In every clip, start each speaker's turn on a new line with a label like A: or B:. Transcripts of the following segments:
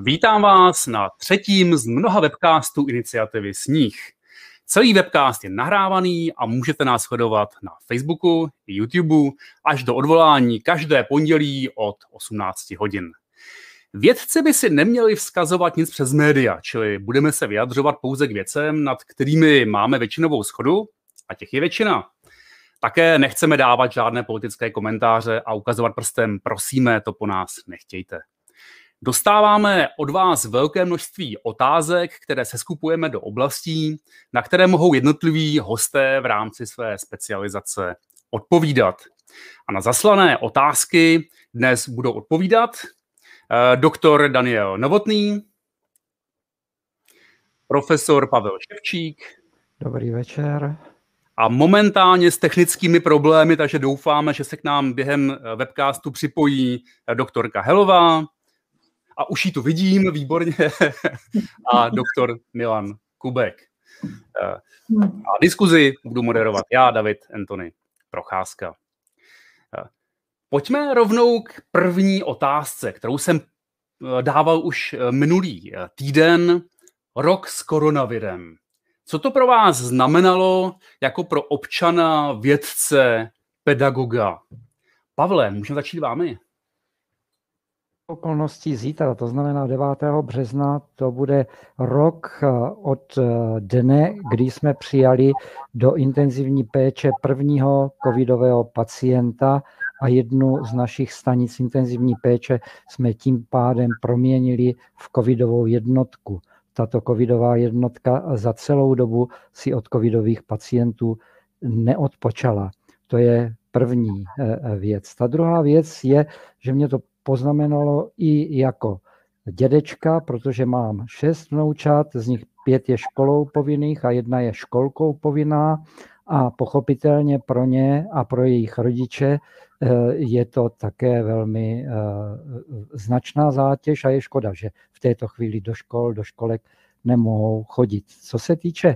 A: Vítám vás na třetím z mnoha webcastů iniciativy Sníh. Celý webcast je nahrávaný a můžete nás sledovat na Facebooku i YouTube až do odvolání každé pondělí od 18 hodin. Vědci by si neměli vzkazovat nic přes média, čili budeme se vyjadřovat pouze k věcem, nad kterými máme většinovou shodu, a těch je většina. Také nechceme dávat žádné politické komentáře a ukazovat prstem, prosíme, to po nás nechtějte. Dostáváme od vás velké množství otázek, které seskupujeme do oblastí, na které mohou jednotliví hosté v rámci své specializace odpovídat. A na zaslané otázky dnes budou odpovídat doktor Daniel Novotný, profesor Pavel Ševčík.
B: Dobrý večer.
A: A momentálně s technickými problémy, takže doufáme, že se k nám během webcastu připojí doktorka Helová. A už ji tu vidím, výborně. A doktor Milan Kubek. A diskuzi budu moderovat já, David Antony Procházka. Pojďme rovnou k první otázce, kterou jsem dával už minulý týden. Rok s koronavirem. Co to pro vás znamenalo jako pro občana, vědce, pedagoga? Pavle, můžeme začít vámi?
B: Okolností zítra, to znamená 9. března, to bude rok od dne, kdy jsme přijali do intenzivní péče prvního covidového pacienta a jednu z našich stanic intenzivní péče jsme tím pádem proměnili v covidovou jednotku. Tato covidová jednotka za celou dobu si od covidových pacientů neodpočala. To je první věc. Ta druhá věc je, že mě to poznamenalo i jako dědečka, protože mám 6 vnoučat, z nich 5 je školou povinných a 1 je školkou povinná a pochopitelně pro ně a pro jejich rodiče je to také velmi značná zátěž a je škoda, že v této chvíli do škol, do školek nemohou chodit. Co se týče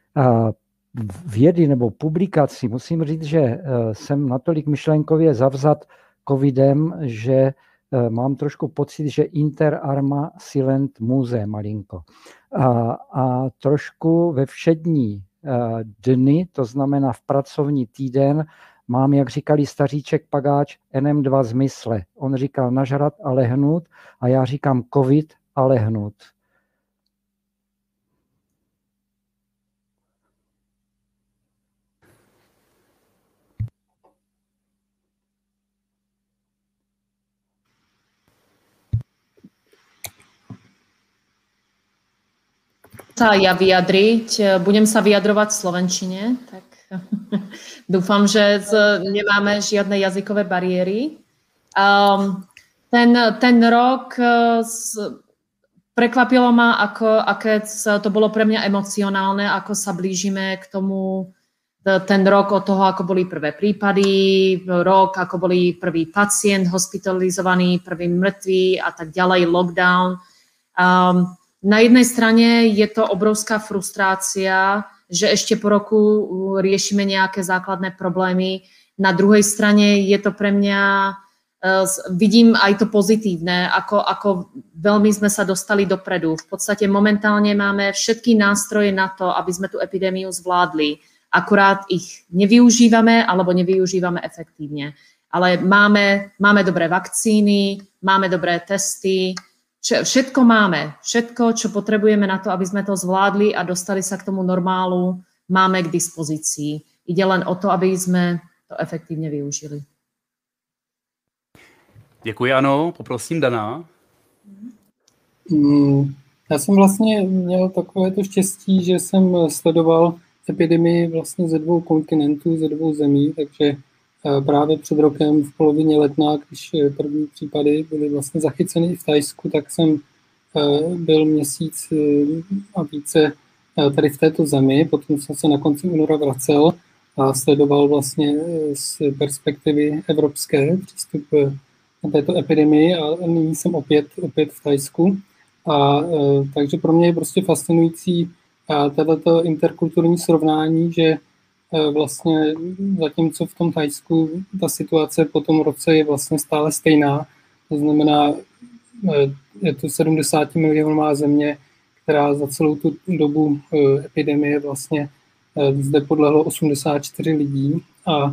B: vědy nebo publikací, musím říct, že jsem natolik myšlenkově zavzat covidem, že mám trošku pocit, že inter arma silent muse malinko. A trošku ve všední dny, to znamená v pracovní týden, mám, jak říkali staříček Pagáč, NM2 zmysle. On říkal nažrat a lehnout a já říkám covid a lehnout.
C: Ja vyjadriť. Budem sa vyjadrovať v slovenčine, tak dúfam, že nemáme žiadne jazykové bariéry. Ten rok prekvapilo ma, aké to bolo pre mňa emocionálne, ako sa blížime k tomu, ten rok od toho, ako boli prvé prípady, rok, ako boli prvý pacient hospitalizovaný, prvý mŕtvý a tak ďalej, lockdown. Na jednej strane je to obrovská frustrácia, že ešte po roku riešime nejaké základné problémy. Na druhej strane je to pre mňa, vidím aj to pozitívne, ako veľmi sme sa dostali dopredu. V podstate momentálne máme všetky nástroje na to, aby sme tú epidémiu zvládli. Akurát ich nevyužívame alebo nevyužívame efektívne. Ale máme dobré vakcíny, máme dobré testy, všetko máme. Všetko, čo potrebujeme na to, aby sme to zvládli a dostali sa k tomu normálu, máme k dispozícii. Ide len o to, aby sme to efektívne využili.
A: Děkuji, ano. Poprosím Dana.
D: Já jsem vlastně měl takovéto štěstí, že jsem sledoval epidemii vlastně ze 2 kontinentů, ze 2 zemí, takže právě před rokem v polovině ledna, když první případy byly vlastně zachyceny i v Thajsku, tak jsem byl měsíc a více tady v této zemi. Potom jsem se na konci února vracel a sledoval vlastně z perspektivy evropské přístup na této epidemii a nyní jsem opět v Thajsku. Takže pro mě je prostě fascinující tato interkulturní srovnání, že vlastně zatímco v tom Thajsku ta situace po tom roce je vlastně stále stejná. To znamená, je to 70 milionová země, která za celou tu dobu epidemie vlastně zde podlehlo 84 lidí a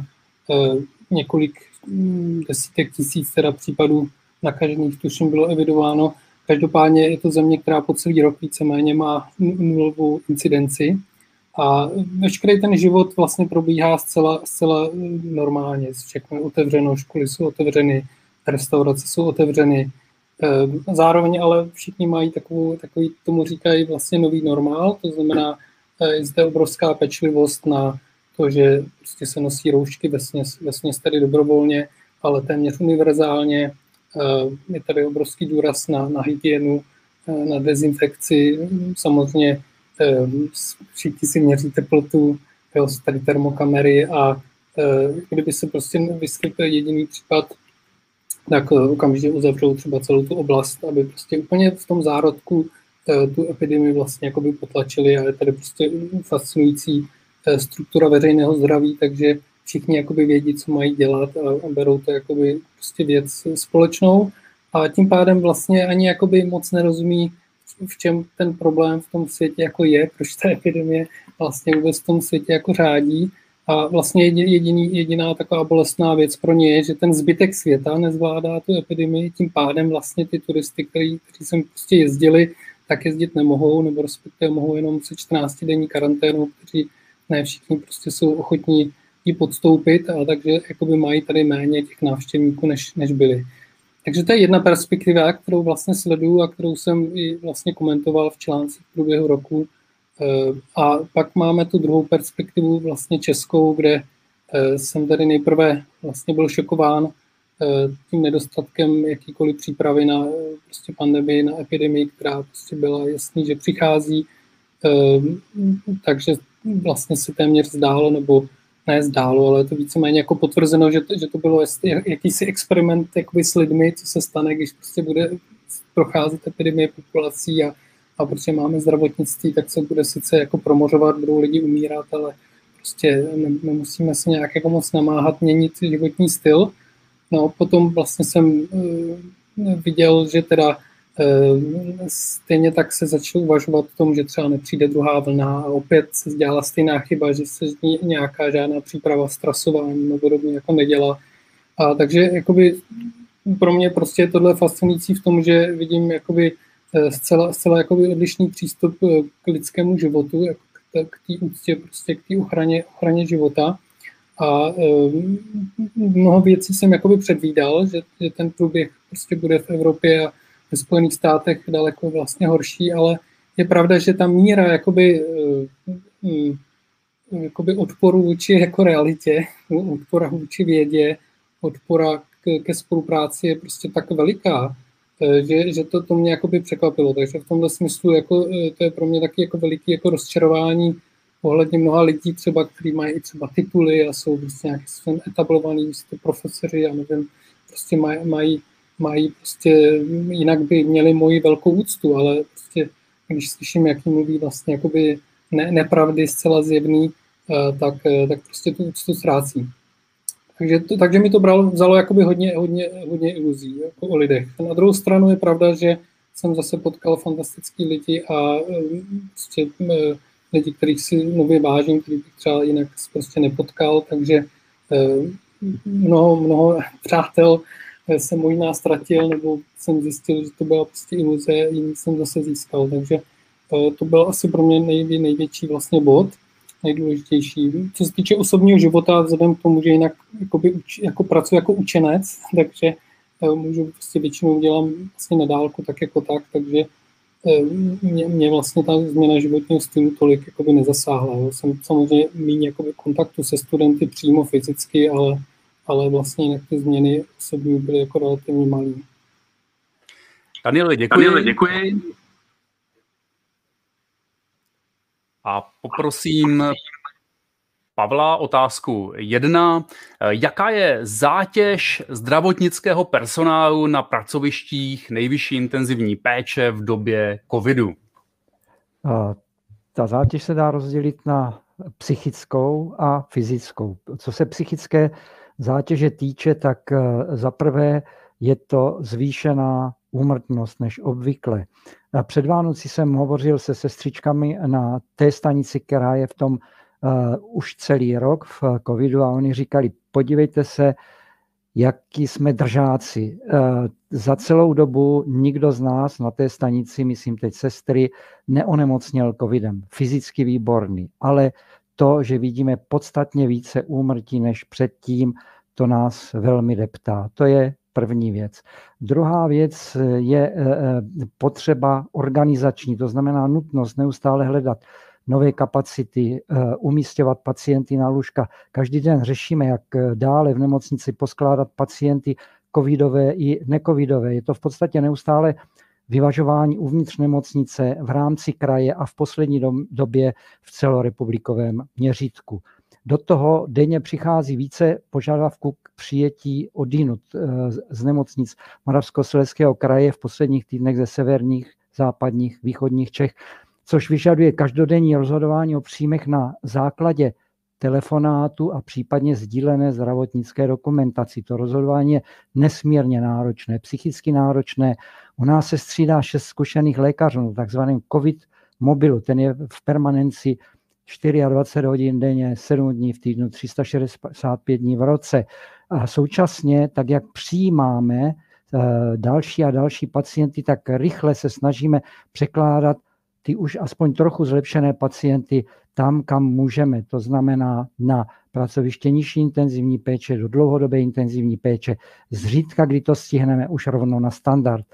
D: několik desítek tisíc teda případů nakažených, tuším, bylo evidováno. Každopádně je to země, která po celý rok víceméně má nulovou incidenci a veškerý ten život vlastně probíhá zcela normálně. Všechno je otevřeno, školy jsou otevřeny, restaurace jsou otevřeny. Zároveň ale všichni mají takový, tomu říkají vlastně nový normál, to znamená, je zde obrovská pečlivost na to, že prostě se nosí roušky vesměs tady dobrovolně, ale téměř univerzálně. Je tady obrovský důraz na hygienu, na dezinfekci. Samozřejmě všichni si měří teplotu, tady termokamery a kdyby se prostě vyskytl jediný případ, tak okamžitě uzavřou třeba celou tu oblast, aby prostě úplně v tom zárodku tu epidemii vlastně jakoby potlačili a je tady prostě fascinující struktura veřejného zdraví, takže všichni jakoby vědí, co mají dělat a berou to jakoby prostě věc společnou a tím pádem vlastně ani jakoby moc nerozumí, v čem ten problém v tom světě jako je, proč ta epidemie vlastně vůbec v tom světě jako řádí. A vlastně jediná taková bolestná věc pro ně je, že ten zbytek světa nezvládá tu epidemii, tím pádem vlastně ty turisty, kteří sem prostě jezdili, tak jezdit nemohou, nebo respektive mohou jenom se 14denní karanténou, kteří ne všichni prostě jsou ochotní ji podstoupit, a takže jakoby mají tady méně těch návštěvníků, než byli. Takže to je jedna perspektiva, kterou vlastně sleduju a kterou jsem i vlastně komentoval v článcích v průběhu roku. A pak máme tu druhou perspektivu vlastně českou, kde jsem tady nejprve vlastně byl šokován tím nedostatkem jakýkoliv přípravy na prostě pandemii, na epidemii, která prostě byla jasný, že přichází. Takže vlastně se téměř zdálo, nebo ne zdálo, ale je to víceméně jako potvrzeno, že to bylo jakýsi experiment jakoby s lidmi, co se stane, když prostě bude procházet epidemie populací a protože máme zdravotnictví, tak se bude sice jako promořovat, budou lidi umírat, ale prostě nemusíme se nějak jako moc namáhat měnit životní styl. No potom vlastně jsem viděl, že teda stejně tak se začalo uvažovat o tom, že třeba nepřijde druhá vlna a opět se dělala stejná chyba, že se nějaká žádná příprava s trasováním nebo podobně jako nedělá. A takže jakoby pro mě prostě je tohle fascinující v tom, že vidím jakoby zcela jakoby odlišný přístup k lidskému životu, jako k té úctě, prostě k té ochraně života. A mnoho věcí jsem jakoby předvídal, že ten průběh prostě bude v Evropě a ve Spojených státech daleko vlastně horší, ale je pravda, že ta míra jakoby odporu vůči jako realitě, odpora vůči vědě, odpora ke spolupráci je prostě tak veliká, že to mě jakoby překvapilo. Takže v tomhle smyslu jako, to je pro mě taky jako veliký jako rozčarování ohledně mnoha lidí třeba, kteří mají i třeba tituly a jsou prostě nějaký svým etablovaný profesoři a nevím, prostě mají prostě, jinak by měli moji velkou úctu, ale prostě, když slyším, jak jim mluví vlastně jakoby nepravdy zcela zjevný, tak prostě tu úctu ztrácí. Takže mi to vzalo jakoby hodně iluzí jako o lidech. Na druhou stranu je pravda, že jsem zase potkal fantastický lidi a prostě lidi, kterých si nově vážím, kterých bych třeba jinak prostě nepotkal, takže mnoho přátel jsem možná ztratil, nebo jsem zjistil, že to byla prostě iluze, jiný jsem zase získal, takže to byl asi pro mě největší vlastně bod, nejdůležitější. Co se týče osobního života, vzhledem k tomu, že jinak jako pracuji jako učenec, takže můžu prostě většinou dělám vlastně na dálku tak jako tak, takže mě vlastně ta změna životního stylu tolik jakoby nezasáhla. Jo. Jsem samozřejmě méně jakoby kontaktu se studenty přímo fyzicky, ale vlastně jinak ty změny osobní byly jako relativně malé.
A: Danieli, děkuji. A poprosím Pavla otázku 1. Jaká je zátěž zdravotnického personálu na pracovištích nejvyšší intenzivní péče v době covidu?
B: Ta zátěž se dá rozdělit na psychickou a fyzickou. Co se psychické zátěže týče, tak za prvé je to zvýšená úmrtnost než obvykle. A před Vánoci jsem hovořil se sestřičkami na té stanici, která je v tom už celý rok v covidu a oni říkali, podívejte se, jaký jsme držáci. Za celou dobu nikdo z nás na té stanici, myslím teď sestry, neonemocněl covidem. Fyzicky výborný, ale to, že vidíme podstatně více úmrtí než předtím, to nás velmi deptá. To je první věc. Druhá věc je potřeba organizační, to znamená nutnost neustále hledat nové kapacity, umísťovat pacienty na lůžka. Každý den řešíme, jak dále v nemocnici poskládat pacienty covidové i necovidové. Je to v podstatě neustále vyvažování uvnitř nemocnice v rámci kraje a v poslední době v celorepublikovém měřítku. Do toho denně přichází více požadavků k přijetí odinut z nemocnic Moravskoslezského kraje v posledních týdnech ze severních, západních, východních Čech, což vyžaduje každodenní rozhodování o příjmech na základě telefonátu a případně sdílené zdravotnické dokumentaci. To rozhodování je nesmírně náročné, psychicky náročné. U nás se střídá 6 zkušených lékařů na takzvaném COVID mobilu. Ten je v permanenci 24 hodin denně, 7 dní v týdnu, 365 dní v roce. A současně, tak jak přijímáme další a další pacienty, tak rychle se snažíme překládat ty už aspoň trochu zlepšené pacienty tam, kam můžeme. To znamená na pracoviště nižší intenzivní péče, do dlouhodobé intenzivní péče. Zřídka, kdy to stihneme, už rovno na standard.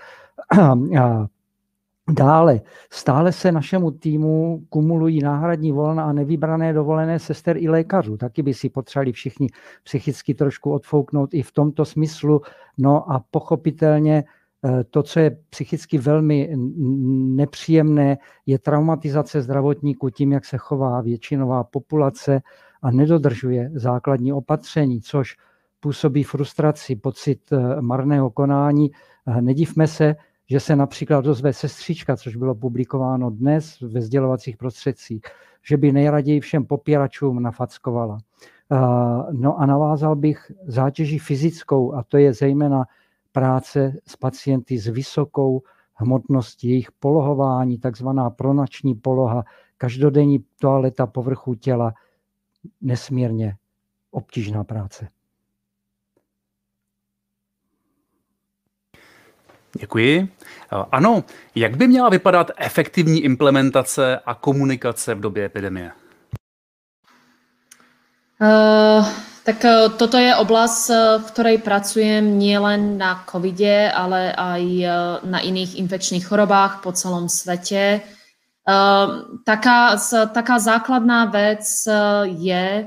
B: Dále, stále se našemu týmu kumulují náhradní volna a nevybrané dovolené sester i lékařů. Taky by si potřebovali všichni psychicky trošku odfouknout i v tomto smyslu. No a pochopitelně to, co je psychicky velmi nepříjemné, je traumatizace zdravotníků tím, jak se chová většinová populace a nedodržuje základní opatření, což působí frustraci, pocit marného konání. Nedivme se, že se například dozve sestřička, což bylo publikováno dnes ve sdělovacích prostředcích, že by nejraději všem popíračům nafackovala. No a navázal bych zátěží fyzickou, a to je zejména práce s pacienty s vysokou hmotností, jejich polohování, takzvaná pronační poloha, každodenní toaleta povrchu těla, nesmírně obtížná práce.
A: Děkuji. Ano, jak by měla vypadat efektivní implementace a komunikace v době epidemie?
C: Tak toto je oblasť, v ktorej pracujem nielen na covide, ale aj na iných infekčných chorobách po celom svete. Taká základná vec je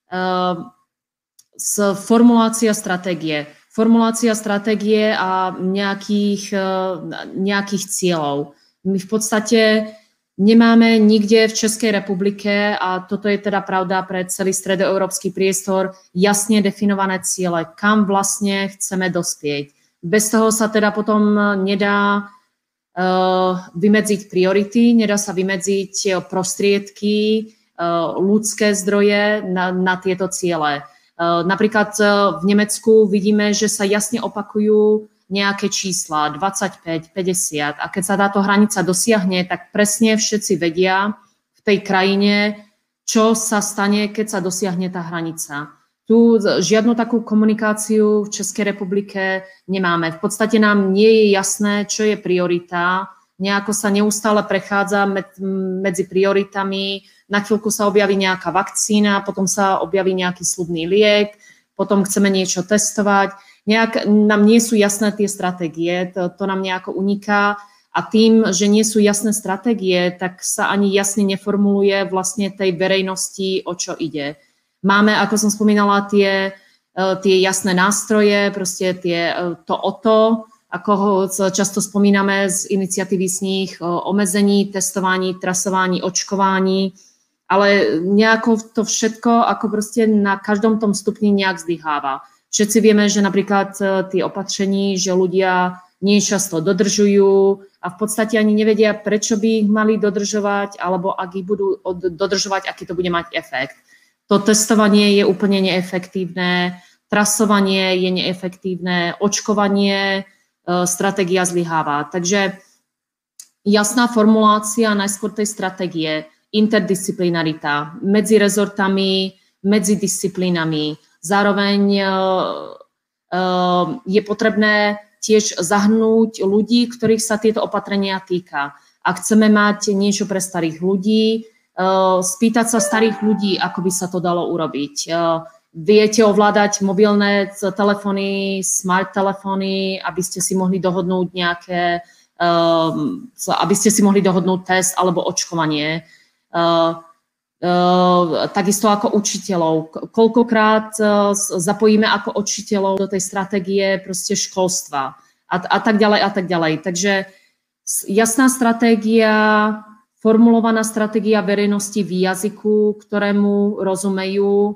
C: formulácia stratégie. Formulácia stratégie a nejakých cieľov. My v podstate nemáme nikde v Českej republike, a toto je teda pravda pre celý stredoeurópsky priestor, jasne definované ciele, kam vlastne chceme dospieť. Bez toho sa teda potom nedá vymedziť priority, nedá sa vymedziť prostriedky, ľudské zdroje na tieto ciele. Napríklad v Nemecku vidíme, že sa jasne opakujú nejaké čísla, 25, 50. A keď sa táto hranica dosiahne, tak presne všetci vedia v tej krajine, čo sa stane, keď sa dosiahne tá hranica. Tu žiadnu takú komunikáciu v Českej republike nemáme. V podstate nám nie je jasné, čo je priorita. Nejako sa neustále prechádza medzi prioritami. Na chvíľku sa objaví nejaká vakcína, potom sa objaví nejaký slubný liek, potom chceme niečo testovať. Nám nie sú jasné tie stratégie, to nám nejako uniká. A tým, že nie sú jasné stratégie, tak sa ani jasne neformuluje vlastne tej verejnosti, o čo ide. Máme, ako som spomínala, tie jasné nástroje, proste to OTO, ako ho často spomíname z iniciatívy Sníh, omezení, testování, trasování, očkování, ale nejako to všetko ako proste na každom tom stupni nejak zlyháva. Všetci vieme, že napríklad tie opatrení, že ľudia nie často dodržujú a v podstate ani nevedia, prečo by ich mali dodržovať, alebo ak ich budú dodržovať, aký to bude mať efekt. To testovanie je úplne neefektívne, trasovanie je neefektívne, očkovanie stratégia zlyháva. Takže jasná formulácia najskôr tej stratégie, interdisciplinarita medzi rezortami, medzi disciplínami. Zároveň je potrebné tiež zahrnúť ľudí, ktorých sa tieto opatrenia týka. Ak chceme mať niečo pre starých ľudí, spýtať sa starých ľudí, ako by sa to dalo urobiť. Viete ovládať mobilné telefóny, smart telefóny, aby ste si mohli dohodnúť test alebo očkovanie. Takisto ako učiteľov. Koľkokrát zapojíme ako učiteľov do tej stratégie proste školstva a tak ďalej a tak ďalej. Takže jasná stratégia, formulovaná stratégia verejnosti v jazyku, ktorému rozumejú,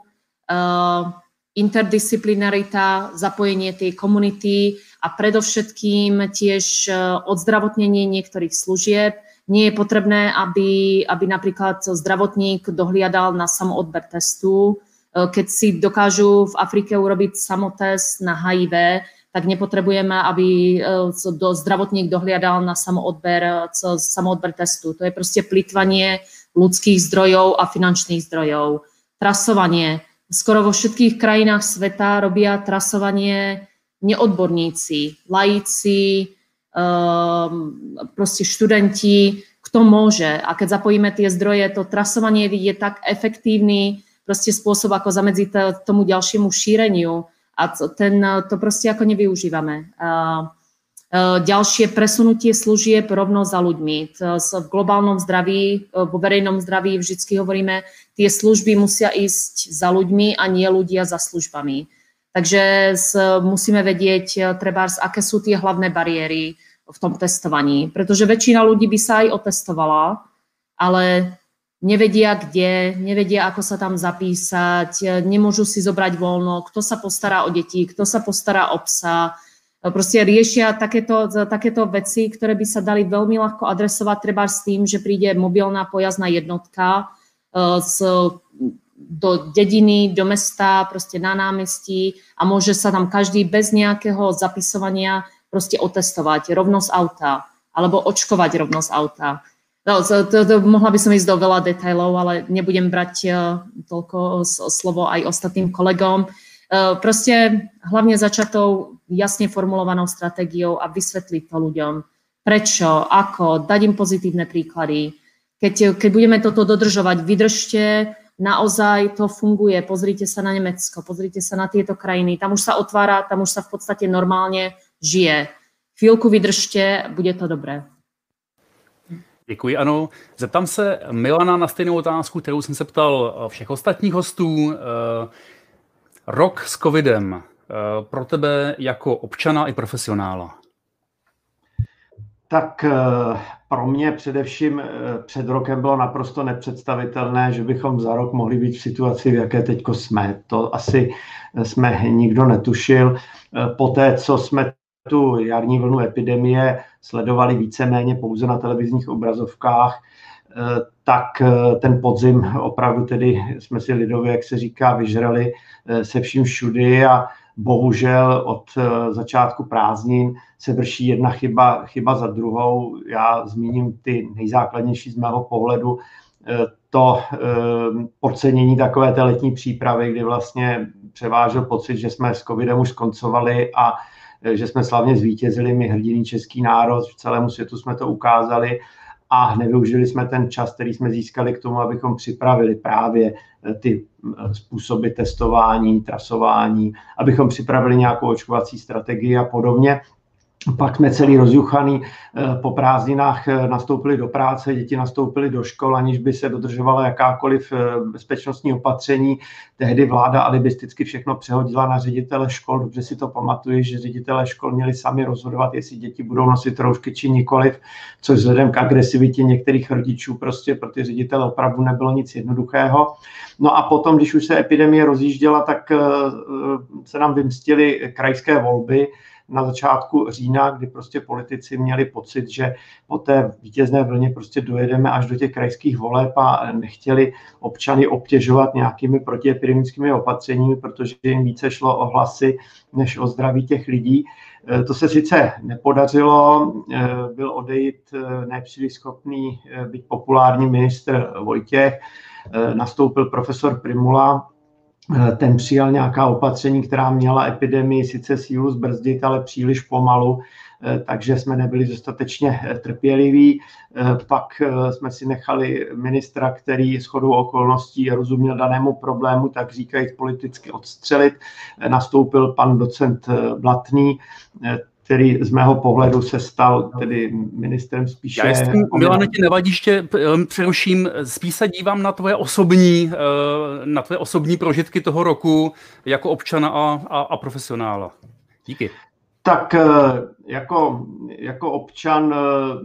C: interdisciplinarita, zapojenie tej komunity a predovšetkým tiež odzdravotnenie niektorých služieb. Nie je potrebné, aby napríklad zdravotník dohliadal na samoodber testu. Keď si dokážu v Afrike urobiť samotest na HIV, tak nepotrebujeme, aby zdravotník dohliadal na samoodber testu. To je proste plytvanie ľudských zdrojov a finančných zdrojov. Trasovanie. Skoro vo všetkých krajinách sveta robia trasovanie neodborníci, laici, proste študenti, kto môže. A keď zapojíme tie zdroje, to trasovanie je tak efektívny proste spôsob, ako zamedziť tomu ďalšiemu šíreniu a to proste ako nevyužívame. Ďalšie presunutie služieb rovno za ľuďmi. V globálnom zdraví, vo verejnom zdraví vždycky hovoríme, tie služby musia ísť za ľuďmi a nie ľudia za službami. Takže musíme vedieť, trebárs, aké sú tie hlavné bariéry v tom testovaní. Pretože väčšina ľudí by sa aj otestovala, ale nevedia kde, nevedia, ako sa tam zapísať, nemôžu si zobrať voľno, kto sa postará o deti, kto sa postará o psa. Proste riešia takéto veci, ktoré by sa dali veľmi ľahko adresovať trebárs s tým, že príde mobilná pojazdná jednotka do dediny, do mesta, proste na námestí a môže sa tam každý bez nejakého zapisovania proste otestovať rovno z auta alebo očkovať rovno z auta. Mohla by som ísť do veľa detailov, ale nebudem brať toľko slovo aj ostatným kolegom. Proste hlavne začatou jasne formulovanou stratégiou a vysvetliť to ľuďom. Prečo, ako, dať im pozitívne príklady. Keď budeme toto dodržovať, vydržte, naozaj to funguje. Pozrite sa na Nemecko, pozrite sa na tieto krajiny. Tam už sa otvára, tam už sa v podstate normálně žije. Chvíľku vydržte, bude to dobré.
A: Děkuji, ano. Zeptám se Milana na stejnou otázku, kterou jsem se ptal všech ostatních hostů. Rok s covidem pro tebe jako občana i profesionála.
E: Tak pro mě především před rokem bylo naprosto nepředstavitelné, že bychom za rok mohli být v situaci, v jaké teďko jsme. To asi jsme nikdo netušil. Poté, co jsme tu jarní vlnu epidemie sledovali víceméně pouze na televizních obrazovkách, tak ten podzim opravdu tedy jsme si lidově, jak se říká, vyžrali se vším všudy a bohužel od začátku prázdnin se vrší jedna chyba za druhou. Já zmíním ty nejzákladnější z mého pohledu. To podcenění takové té letní přípravy, kdy vlastně převážel pocit, že jsme s covidem už skoncovali a že jsme slavně zvítězili, my hrdinný český národ, v celému světu jsme to ukázali a nevyužili jsme ten čas, který jsme získali k tomu, abychom připravili právě ty způsoby testování, trasování, abychom připravili nějakou očkovací strategii a podobně. Pak jsme celý rozjuchaný po prázdninách nastoupili do práce, děti nastoupily do škol, aniž by se dodržovala jakákoliv bezpečnostní opatření. Tehdy vláda alibisticky všechno přehodila na ředitele škol. Dobře si to pamatuju, že ředitelé škol měli sami rozhodovat, jestli děti budou nosit roušky či nikoliv, což vzhledem k agresivitě některých rodičů prostě pro ty ředitele opravdu nebylo nic jednoduchého. No a potom, když už se epidemie rozjížděla, tak se nám vymstily krajské volby na začátku října, kdy prostě politici měli pocit, že po té vítězné vlně prostě dojedeme až do těch krajských voleb a nechtěli občany obtěžovat nějakými protiepidemickými opatřeními, protože jim více šlo o hlasy než o zdraví těch lidí. To se sice nepodařilo, byl odejít nepříliš schopný, být populární ministr Vojtěch, nastoupil profesor Prymula, ten přijal nějaká opatření, která měla epidemii sice sílu zbrzdit, ale příliš pomalu, takže jsme nebyli dostatečně trpěliví. Pak jsme si nechali ministra, který shodou okolností rozuměl danému problému, tak říkajíc politicky odstřelit. Nastoupil pan docent Blatný, který z mého pohledu se stal tedy ministrem spíše...
A: Já jestli, Milane, ti nevadí, ještě přeruším, spíš se dívám na tvoje osobní prožitky toho roku jako občana a profesionála. Díky.
E: Tak jako občan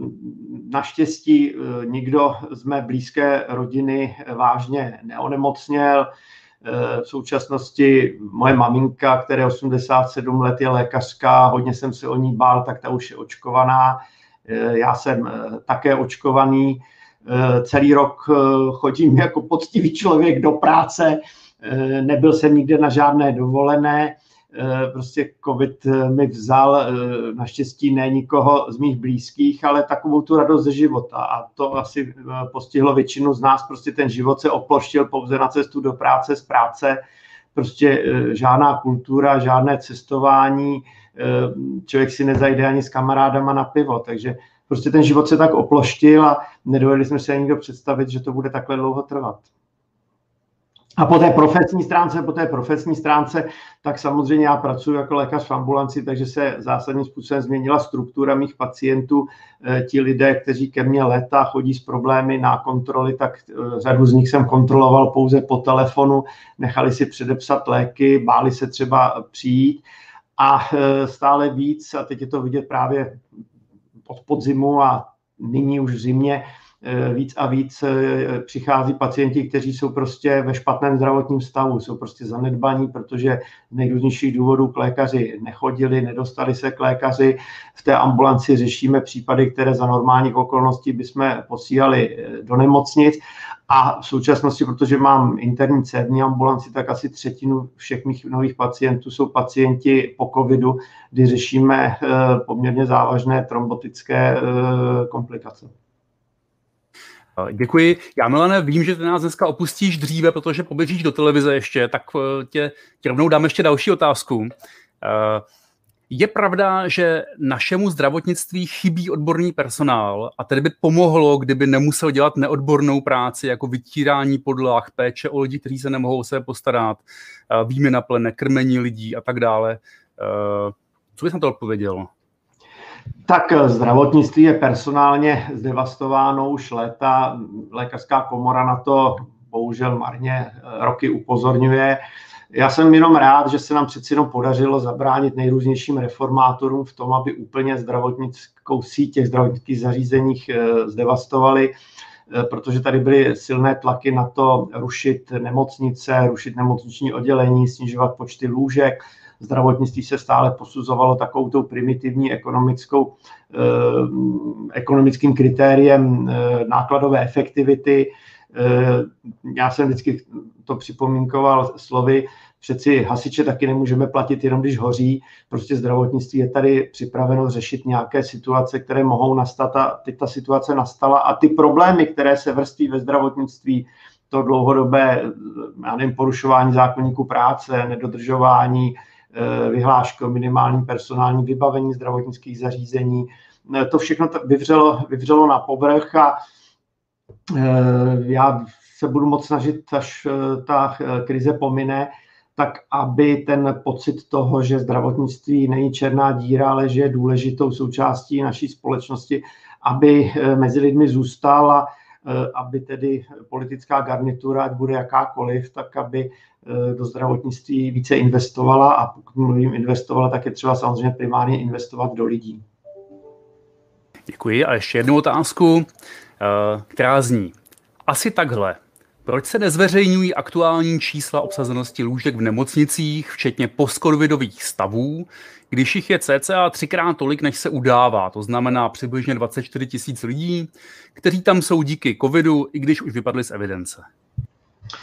E: naštěstí nikdo z mé blízké rodiny vážně neonemocněl. V současnosti moje maminka, která 87 let, je lékařka, hodně jsem se o ní bál, tak ta už je očkovaná. Já jsem také očkovaný. Celý rok chodím jako poctivý člověk do práce, nebyl jsem nikde na žádné dovolené. Prostě covid mi vzal, naštěstí ne nikoho z mých blízkých, ale takovou tu radost ze života. A to asi postihlo většinu z nás. Prostě ten život se oploštil pouze na cestu do práce, z práce. Prostě žádná kultura, žádné cestování. Člověk si nezajde ani s kamarádama na pivo. Takže prostě ten život se tak oploštil a nedovedli jsme se nikdo představit, že to bude takhle dlouho trvat. A po té profesní stránce, tak samozřejmě já pracuji jako lékař v ambulanci, takže se zásadním způsobem změnila struktura mých pacientů. Ti lidé, kteří ke mně léta chodí s problémy na kontroly, tak řadu z nich jsem kontroloval pouze po telefonu, nechali si předepsat léky, báli se třeba přijít a stále víc, a teď je to vidět právě od podzimu a nyní už v zimě, víc a víc přichází pacienti, kteří jsou prostě ve špatném zdravotním stavu, jsou prostě zanedbaní, protože z nejrůznějších důvodů k lékaři nechodili, nedostali se k lékaři. V té ambulanci řešíme případy, které za normálních okolností bychom posílali do nemocnic. A v současnosti, protože mám interní cévní ambulanci, tak asi třetinu všech mých nových pacientů jsou pacienti po covidu, kdy řešíme poměrně závažné trombotické komplikace.
A: Děkuji. Já, Milane, vím, že ty nás dneska opustíš dříve, protože poběžíš do televize ještě, tak tě rovnou dám ještě další otázku. Je pravda, že našemu zdravotnictví chybí odborný personál a tedy by pomohlo, kdyby nemusel dělat neodbornou práci, jako vytírání podlah, péče o lidi, kteří se nemohou o sebe postarat, výměna plenek, krmení lidí a tak dále. Co bys na to odpověděl?
E: Tak zdravotnictví je personálně zdevastováno už léta. Lékařská komora na to bohužel marně roky upozorňuje. Já jsem jenom rád, že se nám přeci jenom podařilo zabránit nejrůznějším reformátorům v tom, aby úplně zdravotnickou síť těch zdravotnických zařízeních zdevastovali, protože tady byly silné tlaky na to rušit nemocnice, rušit nemocniční oddělení, snižovat počty lůžek. Zdravotnictví se stále posuzovalo takovou tou primitivní ekonomickým kritériem nákladové efektivity. Já jsem vždycky to připomínkoval slovy, přeci hasiče taky nemůžeme platit jenom, když hoří. Prostě zdravotnictví je tady připraveno řešit nějaké situace, které mohou nastat a teď ta situace nastala a ty problémy, které se vrství ve zdravotnictví, to dlouhodobé porušování zákoníku práce, nedodržování vyhlášky o minimálním personálním vybavení zdravotnických zařízení. To všechno vyvřelo na povrch a já se budu moc snažit, až ta krize pomine, tak aby ten pocit toho, že zdravotnictví není černá díra, ale že je důležitou součástí naší společnosti, aby mezi lidmi zůstal a aby tedy politická garnitura, ať bude jakákoliv, tak aby do zdravotnictví více investovala a pokud mluvím investovala, tak je třeba samozřejmě primárně investovat do lidí.
A: Děkuji a ještě jednu otázku, která zní asi takhle. Proč se nezveřejňují aktuální čísla obsazenosti lůžek v nemocnicích, včetně postcovidových stavů, když jich je cca 3x tolik, než se udává, to znamená přibližně 24 000 lidí, kteří tam jsou díky covidu, i když už vypadli z evidence?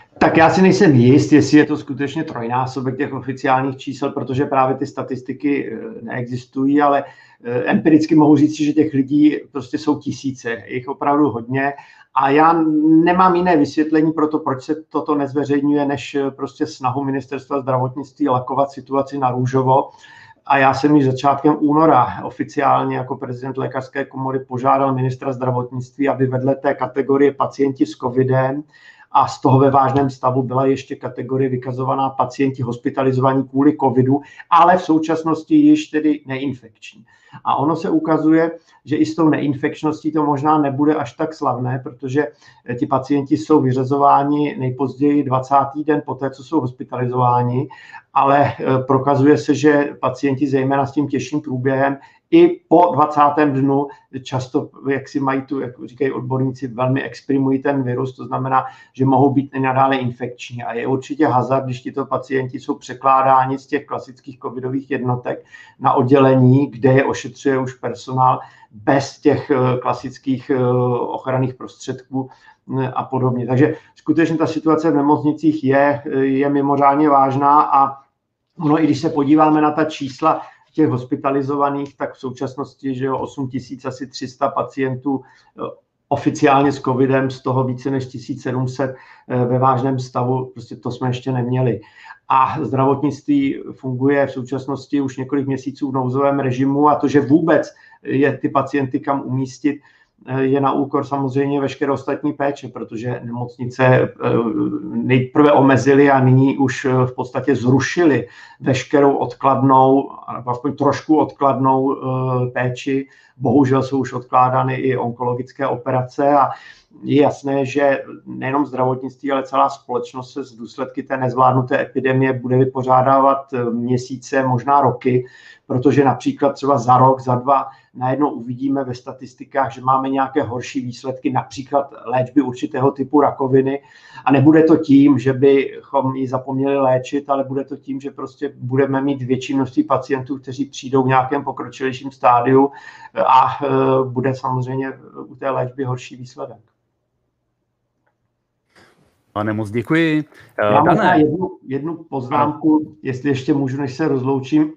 E: Tak já si nejsem jist, jestli je to skutečně trojnásobek těch oficiálních čísel, protože právě ty statistiky neexistují, ale empiricky mohu říct, že těch lidí prostě jsou tisíce, je jich opravdu hodně a já nemám jiné vysvětlení pro to, proč se toto nezveřejňuje, než prostě snahu ministerstva zdravotnictví lakovat situaci na růžovo. A já jsem již začátkem února oficiálně jako prezident lékařské komory požádal ministra zdravotnictví, aby vedle té kategorie pacienti s covidem a z toho ve vážném stavu byla ještě kategorie vykazovaná pacienti hospitalizovaní kvůli covidu, ale v současnosti již tedy neinfekční. A ono se ukazuje, že i s tou neinfekčností to možná nebude až tak slavné, protože ti pacienti jsou vyřazováni nejpozději 20. den poté, co jsou hospitalizováni, ale prokazuje se, že pacienti zejména s tím těžším průběhem i po 20. dnu často, jak si mají tu, jak říkají odborníci, velmi exprimují ten virus, to znamená, že mohou být i nadále infekční. A je určitě hazard, když tito pacienti jsou překládáni z těch klasických covidových jednotek na oddělení, kde je ošetřuje už personál bez těch klasických ochranných prostředků a podobně. Takže skutečně ta situace v nemocnicích je mimořádně vážná a ono, i když se podíváme na ta čísla těch hospitalizovaných, tak v současnosti, že 8300 pacientů oficiálně s covidem, z toho více než 1700 ve vážném stavu, prostě to jsme ještě neměli. A zdravotnictví funguje v současnosti už několik měsíců v nouzovém režimu a to, že vůbec je ty pacienty kam umístit, je na úkor samozřejmě veškeré ostatní péče, protože nemocnice nejprve omezily a nyní už v podstatě zrušily veškerou odkladnou, aspoň trošku odkladnou péči. Bohužel jsou už odkládány i onkologické operace a je jasné, že nejenom zdravotnictví, ale celá společnost se z důsledky té nezvládnuté epidemie bude vypořádávat měsíce, možná roky, protože například třeba za rok, za dva najednou uvidíme ve statistikách, že máme nějaké horší výsledky, například léčby určitého typu rakoviny a nebude to tím, že bychom ji zapomněli léčit, ale bude to tím, že prostě budeme mít větší množství pacientů, kteří přijdou v nějakém pokročilejším stádiu a bude samozřejmě u té léčby horší výsledek.
A: Pane, moc děkuji.
E: Já mám jednu poznámku, jestli ještě můžu, než se rozloučím.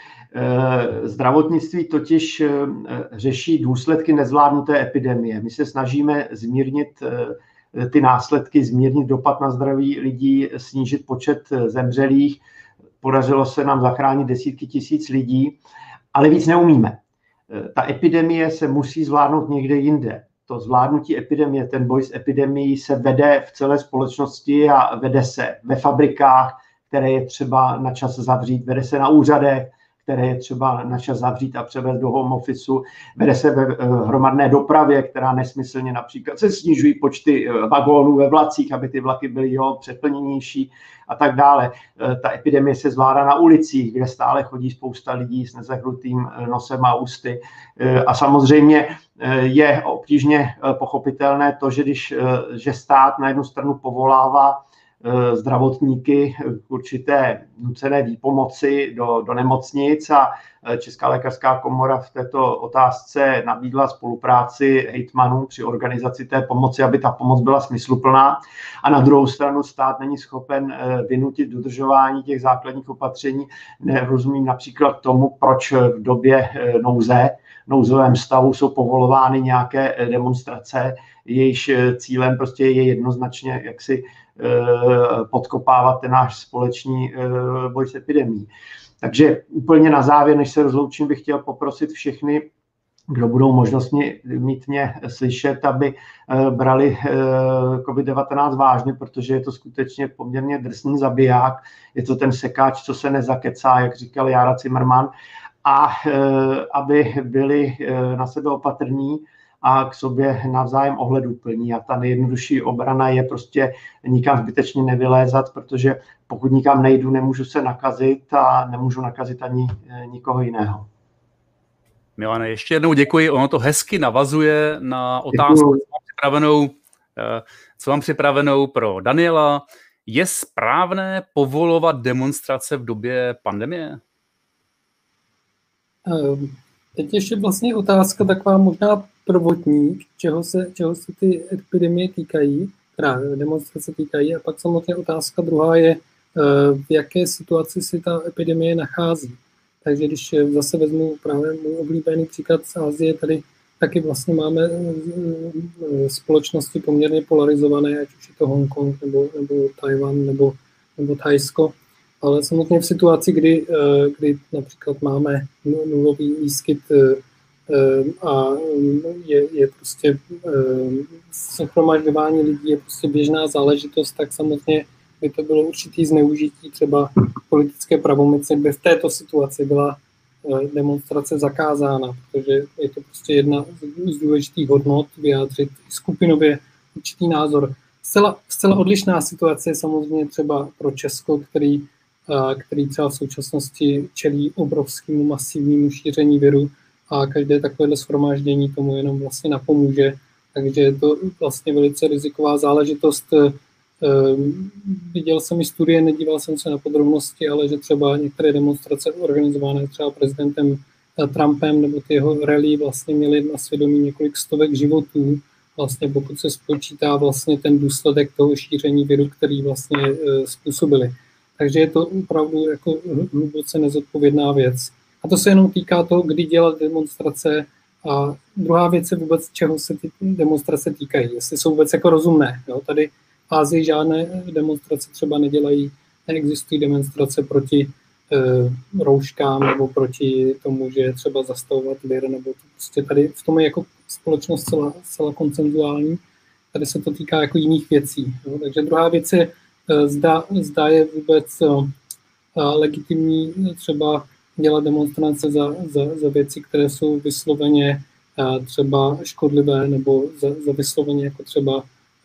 E: Zdravotnictví totiž řeší důsledky nezvládnuté epidemie. My se snažíme zmírnit ty následky, zmírnit dopad na zdraví lidí, snížit počet zemřelých. Podařilo se nám zachránit desítky tisíc lidí, ale víc neumíme. Ta epidemie se musí zvládnout někde jinde. To zvládnutí epidemie, ten boj s epidemií se vede v celé společnosti a vede se ve fabrikách, které je třeba na čas zavřít, vede se na úřadech, které je třeba na čas zavřít a převést do home officeu, vede se ve hromadné dopravě, která nesmyslně například se snižují počty vagónů ve vlacích, aby ty vlaky byly přeplněnější a tak dále. Ta epidemie se zvládá na ulicích, kde stále chodí spousta lidí s nezahrnutým nosem a ústy. A samozřejmě je obtížně pochopitelné to, že stát na jednu stranu povolává zdravotníky k určité nucené výpomoci do nemocnic a Česká lékařská komora v této otázce nabídla spolupráci hejtmanů při organizaci té pomoci, aby ta pomoc byla smysluplná. A na druhou stranu stát není schopen vynutit dodržování těch základních opatření. Nerozumím například tomu, proč v době nouzovém stavu jsou povolovány nějaké demonstrace, jejichž cílem prostě je jednoznačně jaksi podkopávat ten náš společný boj s epidemií. Takže úplně na závěr, než se rozloučím, bych chtěl poprosit všechny, kdo budou možnost mít mě slyšet, aby brali COVID-19 vážně, protože je to skutečně poměrně drsný zabiják. Je to ten sekáč, co se nezakecá, jak říkal Jára Cimrman, a aby byli na sebe opatrní a k sobě navzájem ohleduplní. A ta nejjednodušší obrana je prostě nikam zbytečně nevylézat, protože pokud nikam nejdu, nemůžu se nakazit a nemůžu nakazit ani nikoho jiného.
A: Milane, ještě jednou děkuji. Ono to hezky navazuje na otázku, co mám připravenou pro Daniela. Je správné povolovat demonstrace v době pandemie?
D: Teď ještě vlastně otázka taková možná prvotní, čeho se ty epidemie týkají. teda demonstrace týkají. A pak samozřejmě otázka druhá je, v jaké situaci si ta epidemie nachází. Takže když zase vezmu právě můj oblíbený příklad z Asie, tady taky vlastně máme společnosti poměrně polarizované, ať už je to Hongkong, nebo Tajvan, nebo Thajsko. Ale samozřejmě v situaci, kdy například máme nulový výskyt a je prostě shromažďování lidí je prostě běžná záležitost, tak samozřejmě by to bylo určitý zneužití třeba politické pravomoci, by v této situaci byla demonstrace zakázána, protože je to prostě jedna z důležitých hodnot vyjádřit skupinově určitý názor. Zcela odlišná situace je samozřejmě třeba pro Česko, který třeba v současnosti čelí obrovskému masivnímu šíření viru a každé takovéhle shromáždění tomu jenom vlastně napomůže. Takže je to vlastně velice riziková záležitost. Viděl jsem i studie, nedíval jsem se na podrobnosti, ale že třeba některé demonstrace organizované třeba prezidentem Trumpem nebo ty jeho rally vlastně měly na svědomí několik stovek životů, vlastně pokud se spočítá vlastně ten důsledek toho šíření viru, který vlastně způsobili. Takže je to opravdu jako hluboce nezodpovědná věc. A to se jenom týká toho, kdy dělat demonstrace. A druhá věc je vůbec, čeho se ty demonstrace týkají. Jestli jsou vůbec jako rozumné. Jo? Tady v Asii žádné demonstrace třeba nedělají. Neexistují demonstrace proti rouškám nebo proti tomu, že je třeba zastavovat vir. Nebo to prostě tady v tom je jako společnost zcela konsenzuální. Tady se to týká jako jiných věcí. Jo? Takže druhá věc je, zda je vůbec legitimní třeba dělat demonstrace za věci, které jsou vysloveně třeba škodlivé, nebo za vysloveně jako třeba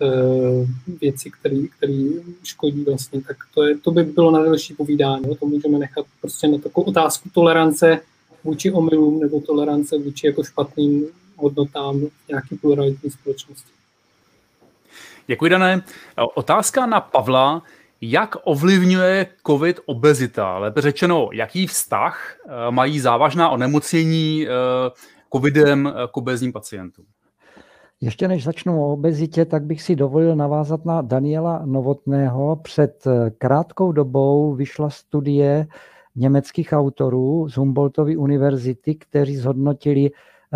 D: věci, které škodí vlastně, tak to by bylo na další povídání. To můžeme nechat prostě na takovou otázku tolerance vůči omylům nebo tolerance vůči jako špatným hodnotám nějaké pluralitní společnosti.
A: Děkuji, Dané. Otázka na Pavla. Jak ovlivňuje COVID obezita? Lépe řečeno, jaký vztah mají závažná onemocnění covidem k obézním pacientům?
B: Ještě než začnu o obezitě, tak bych si dovolil navázat na Daniela Novotného. Před krátkou dobou vyšla studie německých autorů z Humboldtovy univerzity, kteří zhodnotili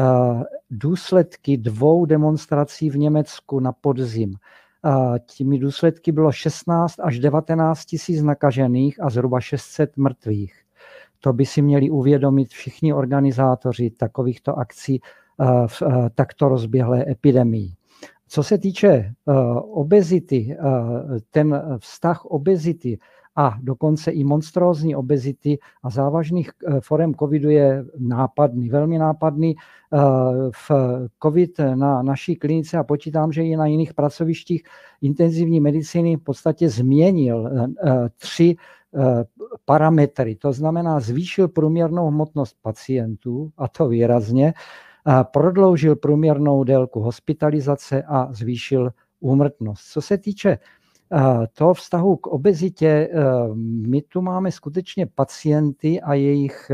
B: důsledky 2 demonstrací v Německu na podzim. Těmi důsledky bylo 16 až 19 tisíc nakažených a zhruba 600 mrtvých. To by si měli uvědomit všichni organizátoři takovýchto akcí v takto rozběhlé epidemii. Co se týče obezity, ten vztah obezity a dokonce i monstrózní obezity a závažných forem covidu je nápadný, velmi nápadný. V covid na naší klinice a počítám, že i na jiných pracovištích intenzivní medicíny v podstatě změnil 3 parametry. To znamená, zvýšil průměrnou hmotnost pacientů, a to výrazně, prodloužil průměrnou délku hospitalizace a zvýšil úmrtnost. Co se týče toho vztahu k obezitě, my tu máme skutečně pacienty a jejich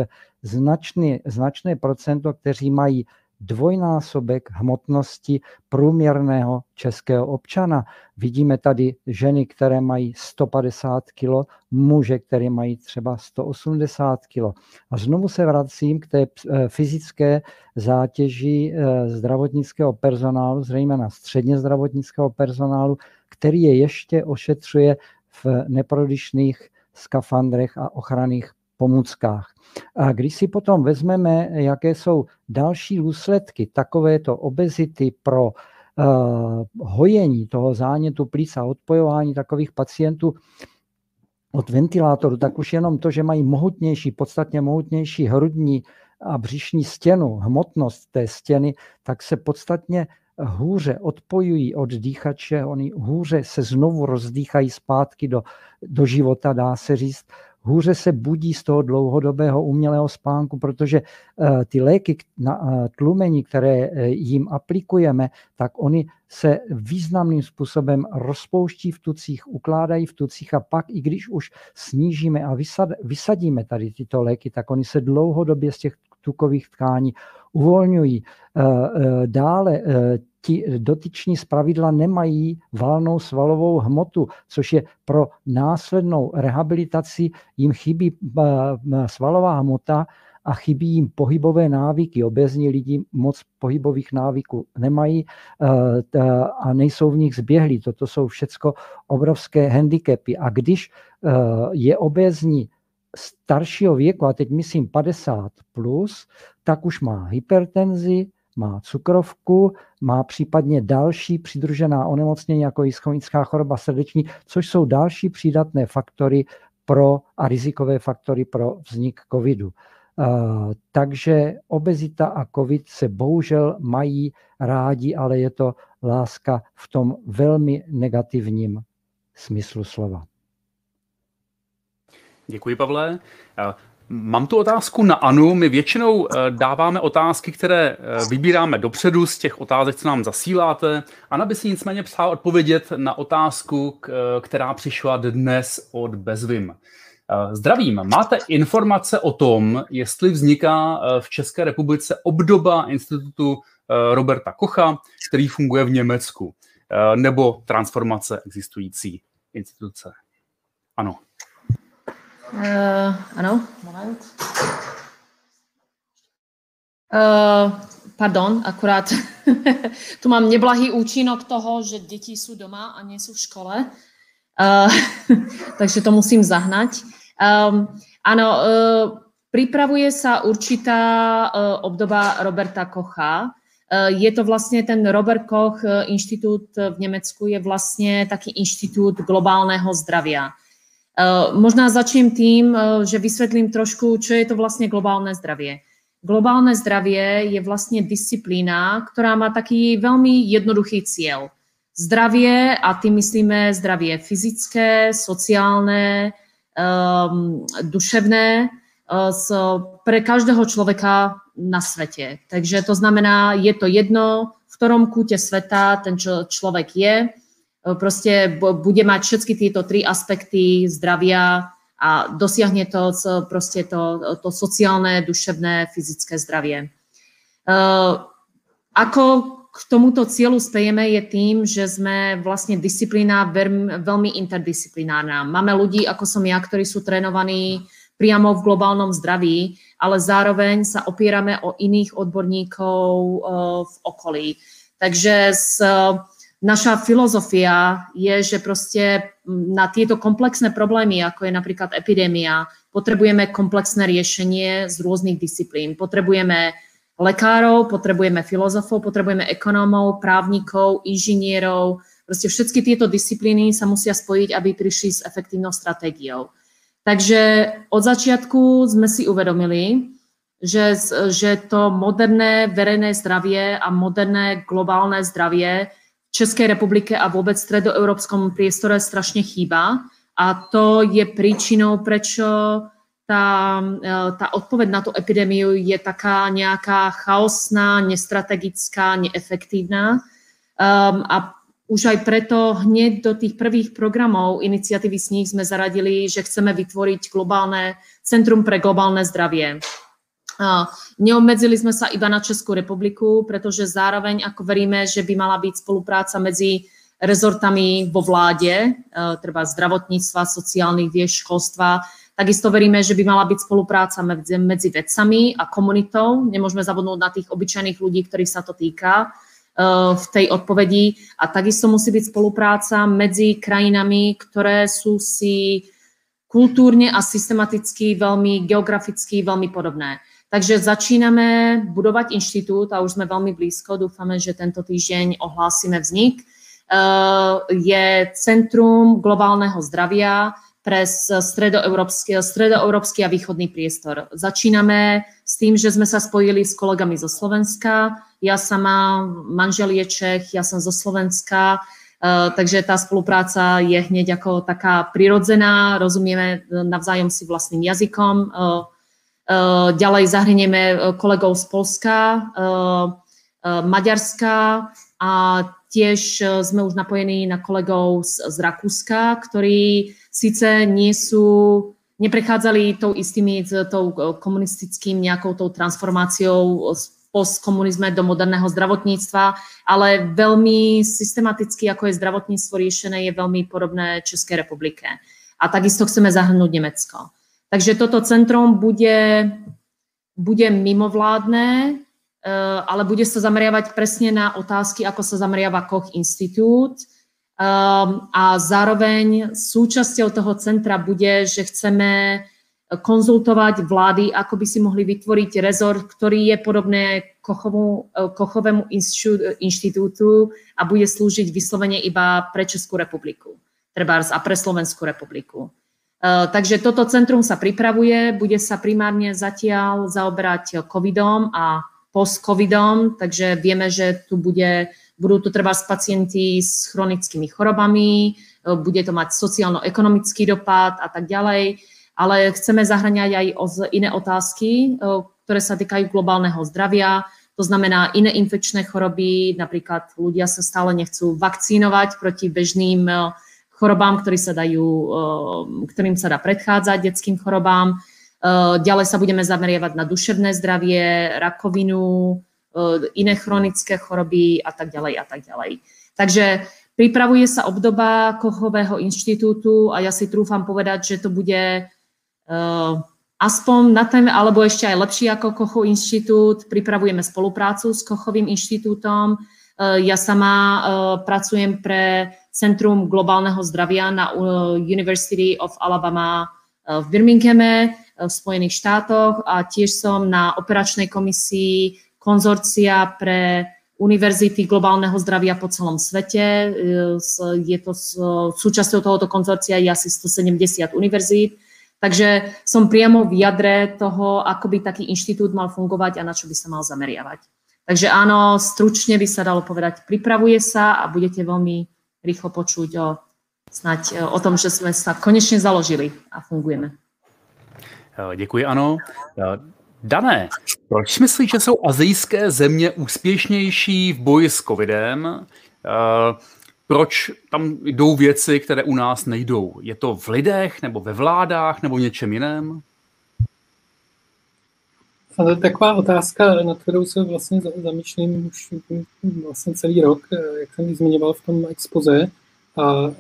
B: značné procento, kteří mají dvojnásobek hmotnosti průměrného českého občana. Vidíme tady ženy, které mají 150 kg, muže, které mají třeba 180 kg. A znovu se vracím k té fyzické zátěži zdravotnického personálu, zejména středně zdravotnického personálu, který je ještě ošetřuje v neprodyšných skafandrech a ochranných pomůckách. A když si potom vezmeme, jaké jsou další důsledky takovéto obezity pro hojení toho zánětu plic a odpojování takových pacientů od ventilátoru, tak už jenom to, že mají podstatně mohutnější hrudní a břišní stěnu, hmotnost té stěny, tak se podstatně hůře odpojují od dýchače, oni hůře se znovu rozdýchají zpátky do života, dá se říct. Hůře se budí z toho dlouhodobého umělého spánku, protože ty léky na tlumení, které jim aplikujeme, tak oni se významným způsobem rozpouští v tucích, ukládají v tucích a pak, i když už snížíme a vysadíme tady tyto léky, tak oni se dlouhodobě z těch tukových tkání uvolňují. Dále ti dotyční zpravidla nemají valnou svalovou hmotu, což je pro následnou rehabilitaci, jim chybí svalová hmota a chybí jim pohybové návyky. Obézní lidi moc pohybových návyků nemají a nejsou v nich zběhlí. Toto jsou všecko obrovské handicapy. A když je obézní staršího věku, a teď myslím 50+, tak už má hypertenzi, má cukrovku, má případně další přidružená onemocnění, jako ischemická choroba srdeční, což jsou další přídatné faktory a rizikové faktory pro vznik covidu. Takže obezita a covid se bohužel mají rádi, ale je to láska v tom velmi negativním smyslu slova.
A: Děkuji, Pavle. Mám tu otázku na Anu. My většinou dáváme otázky, které vybíráme dopředu z těch otázek, co nám zasíláte. Ana by si nicméně přála odpovědět na otázku, která přišla dnes od Bezvim. Zdravím. Máte informace o tom, jestli vzniká v České republice obdoba institutu Roberta Kocha, který funguje v Německu, nebo transformace existující instituce? Ano.
C: Ano, moment. Pardon, akurát tu mám neblahý účinok toho, že děti jsou doma a nie sú v škole, takže to musím zahnať. Áno, pripravuje sa určitá obdoba Roberta Kocha. Je to vlastne ten Robert Koch inštitút v Nemecku, je vlastne taký inštitút globálneho zdravia. Možná začnem tým, že vysvetlím trošku, čo je to vlastne globálne zdravie. Globálne zdravie je vlastne disciplína, ktorá má taký veľmi jednoduchý cieľ. Zdravie, a tým myslíme zdravie fyzické, sociálne, duševné, pre každého človeka na svete. Takže to znamená, je to jedno, v ktorom kúte sveta ten človek je, proste bude mať všetky tieto 3 aspekty zdravia a dosiahne to proste to sociálne, duševné, fyzické zdravie. Ako k tomuto cieľu spejeme je tým, že sme vlastne disciplína veľmi interdisciplinárna. Máme ľudí, ako som ja, ktorí sú trénovaní priamo v globálnom zdraví, ale zároveň sa opierame o iných odborníkov v okolí. Takže naša filozofia je, že proste na tieto komplexné problémy, ako je napríklad epidémia, potrebujeme komplexné riešenie z rôznych disciplín. Potrebujeme lekárov, potrebujeme filozofov, potrebujeme ekonómov, právnikov, inžinierov. Proste všetky tieto disciplíny sa musia spojiť, aby prišli s efektívnou stratégiou. Takže od začiatku sme si uvedomili, že to moderné verejné zdravie a moderné globálne zdravie v Českej republike a vôbec v stredoeurópskom priestore strašne chýba. A to je príčinou, prečo tá odpoveď na tú epidémiu je taká nejaká chaosná, nestrategická, neefektívna. A už aj preto hneď do tých prvých programov iniciatívy SNIH sme zaradili, že chceme vytvoriť globálne centrum pre globálne zdravie. Neobmedzili sme sa iba na Českú republiku, pretože zároveň ako veríme, že by mala byť spolupráca medzi rezortami vo vláde, treba zdravotníctva, sociálnych vied, školstva. Takisto veríme, že by mala byť spolupráca medzi vedcami a komunitou. Nemôžeme zabudnúť na tých obyčajných ľudí, ktorých sa to týka v tej odpovedi. A takisto musí byť spolupráca medzi krajinami, ktoré sú si kultúrne a systematicky, geograficky veľmi podobné. Takže začíname budovať inštitút a už sme veľmi blízko. Dúfame, že tento týždeň ohlásime vznik. Je Centrum globálneho zdravia pre stredoeurópsky a východný priestor. Začíname s tým, že sme sa spojili s kolegami zo Slovenska. Ja sama, manžel je Čech, ja som zo Slovenska, takže tá spolupráca je hneď ako taká prirodzená, rozumieme navzájom si vlastným jazykom. Ďalej zahrnieme kolegov z Polska, Maďarska a tiež sme už napojení na kolegov z Rakúska, ktorí síce neprechádzali tou komunistickým nejakou tou transformáciou postkomunizme do moderného zdravotníctva, ale veľmi systematicky, ako je zdravotníctvo riešené, je veľmi podobné Českej republike. A takisto chceme zahrnúť Nemecko. Takže toto centrum bude mimovládne, ale bude sa zameriavať presne na otázky, ako sa zameriava Koch Institút. A zároveň súčasťou toho centra bude, že chceme konzultovať vlády, ako by si mohli vytvoriť rezort, ktorý je podobný Kochovému inštitútu a bude slúžiť vyslovene iba pre Českú republiku, trebárs a pre Slovenskú republiku. Takže toto centrum sa pripravuje, bude sa primárne zatiaľ zaoberať covidom a post-covidom, takže vieme, že budú tu trebárs pacienti s chronickými chorobami, bude to mať sociálno-ekonomický dopad a tak ďalej. Ale chceme zahŕňať aj iné otázky, ktoré sa týkajú globálneho zdravia, to znamená iné infekčné choroby, napríklad ľudia sa stále nechcú vakcínovať proti bežným chorobám, ktorým sa dá predchádzať, detským chorobám. Ďalej sa budeme zameriavať na duševné zdravie, rakovinu, iné chronické choroby a tak ďalej a tak ďalej. Takže pripravuje sa obdoba Kochového inštitútu a ja si trúfam povedať, že to bude aspoň na téme, alebo ešte aj lepší ako Kochov inštitút. Pripravujeme spoluprácu s Kochovým inštitútom. Ja sama pracujem pre Centrum globálneho zdravia na University of Alabama v Birminghame v Spojených štátoch a tiež som na operačnej komisii konzorcia pre univerzity globálneho zdravia po celom svete. Je to súčasťou tohoto konzorcia je asi 170 univerzít. Takže som priamo v jadre toho, ako by taký inštitút mal fungovať a na čo by sa mal zameriavať. Takže áno, stručne by sa dalo povedať, pripravuje sa a budete veľmi rýchlo počuť o tom, že sme sa konečne založili a fungujeme.
A: Děkuji, Ano. Dané, proč myslíš, že jsou asijské země úspěšnější v boji s covidem? Proč tam jdou věci, které u nás nejdou? Je to v lidech, nebo ve vládách, nebo něčem jiném?
D: To je taková otázka, na kterou se vlastně zamýšlím už vlastně celý rok, jak jsem ji zmiňoval v tom expoze. A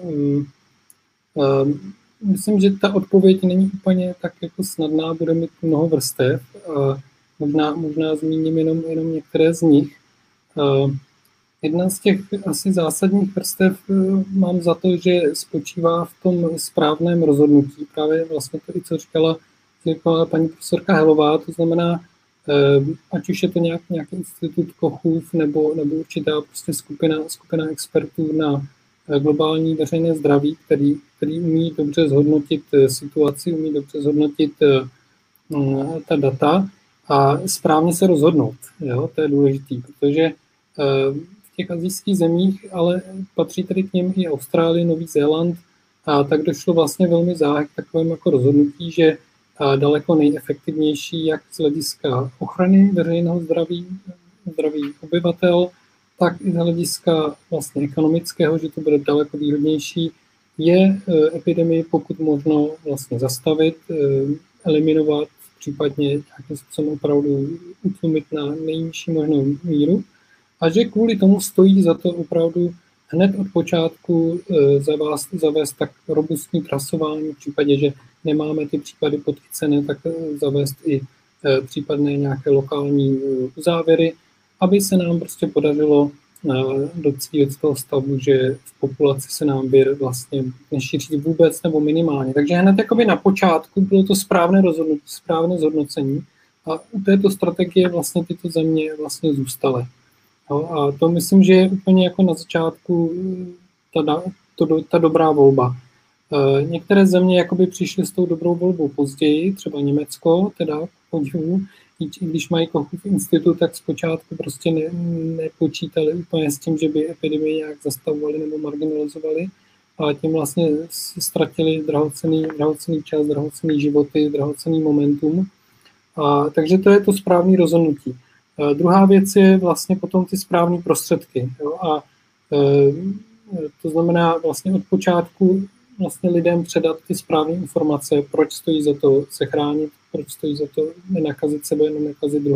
D: myslím, že ta odpověď není úplně tak jako snadná, bude mít mnoho vrstev. Možná zmíním jenom některé z nich. Jedna z těch asi zásadních vrstev mám za to, že spočívá v tom správném rozhodnutí. Právě vlastně to i co říkala paní profesorka Helová, to znamená, ať už je to nějaký institut Kochův nebo určitá prostě skupina expertů na globální veřejné zdraví, který umí dobře zhodnotit situaci, umí dobře zhodnotit ta data a správně se rozhodnout. Jo? To je důležité, protože v těch asijských zemích, ale patří tedy k něm i Austrálie, Nový Zéland, a tak došlo vlastně velmi záhy k takovému jako rozhodnutí, že daleko nejefektivnější jak z hlediska ochrany veřejného zdraví obyvatel, tak i z hlediska vlastně ekonomického, že to bude daleko výhodnější, je epidemii pokud možno vlastně zastavit, eliminovat, případně nějakým způsobem opravdu utlumit na nejnižší možnou míru. A že kvůli tomu stojí za to opravdu hned od počátku zavést tak robustní trasování, v případě, že nemáme ty případy podchycené, tak zavést i případné nějaké lokální uzávěry, aby se nám prostě podařilo docílit toho stavu, že v populaci se nám vir vlastně nešíří vůbec nebo minimálně. Takže hned jakoby na počátku bylo to správné rozhodnutí, správné zhodnocení a u této strategie vlastně tyto země vlastně zůstaly. A to myslím, že je úplně jako na začátku ta dobrá volba. Některé země jakoby přišly s tou dobrou volbou později, třeba Německo, teda podivu, i když mají Kochův institut, tak zpočátku prostě nepočítali úplně s tím, že by epidemii nějak zastavovali nebo marginalizovali a tím vlastně ztratili drahocenný čas, drahocenný životy, drahocenný momentum. Takže to je to správné rozhodnutí. Druhá věc je vlastně potom ty správné prostředky. Jo? A to znamená vlastně od počátku vlastně lidem předat ty správné informace, proč stojí za to se chránit, proč stojí za to nenakazit sebe, nenakazit druhé,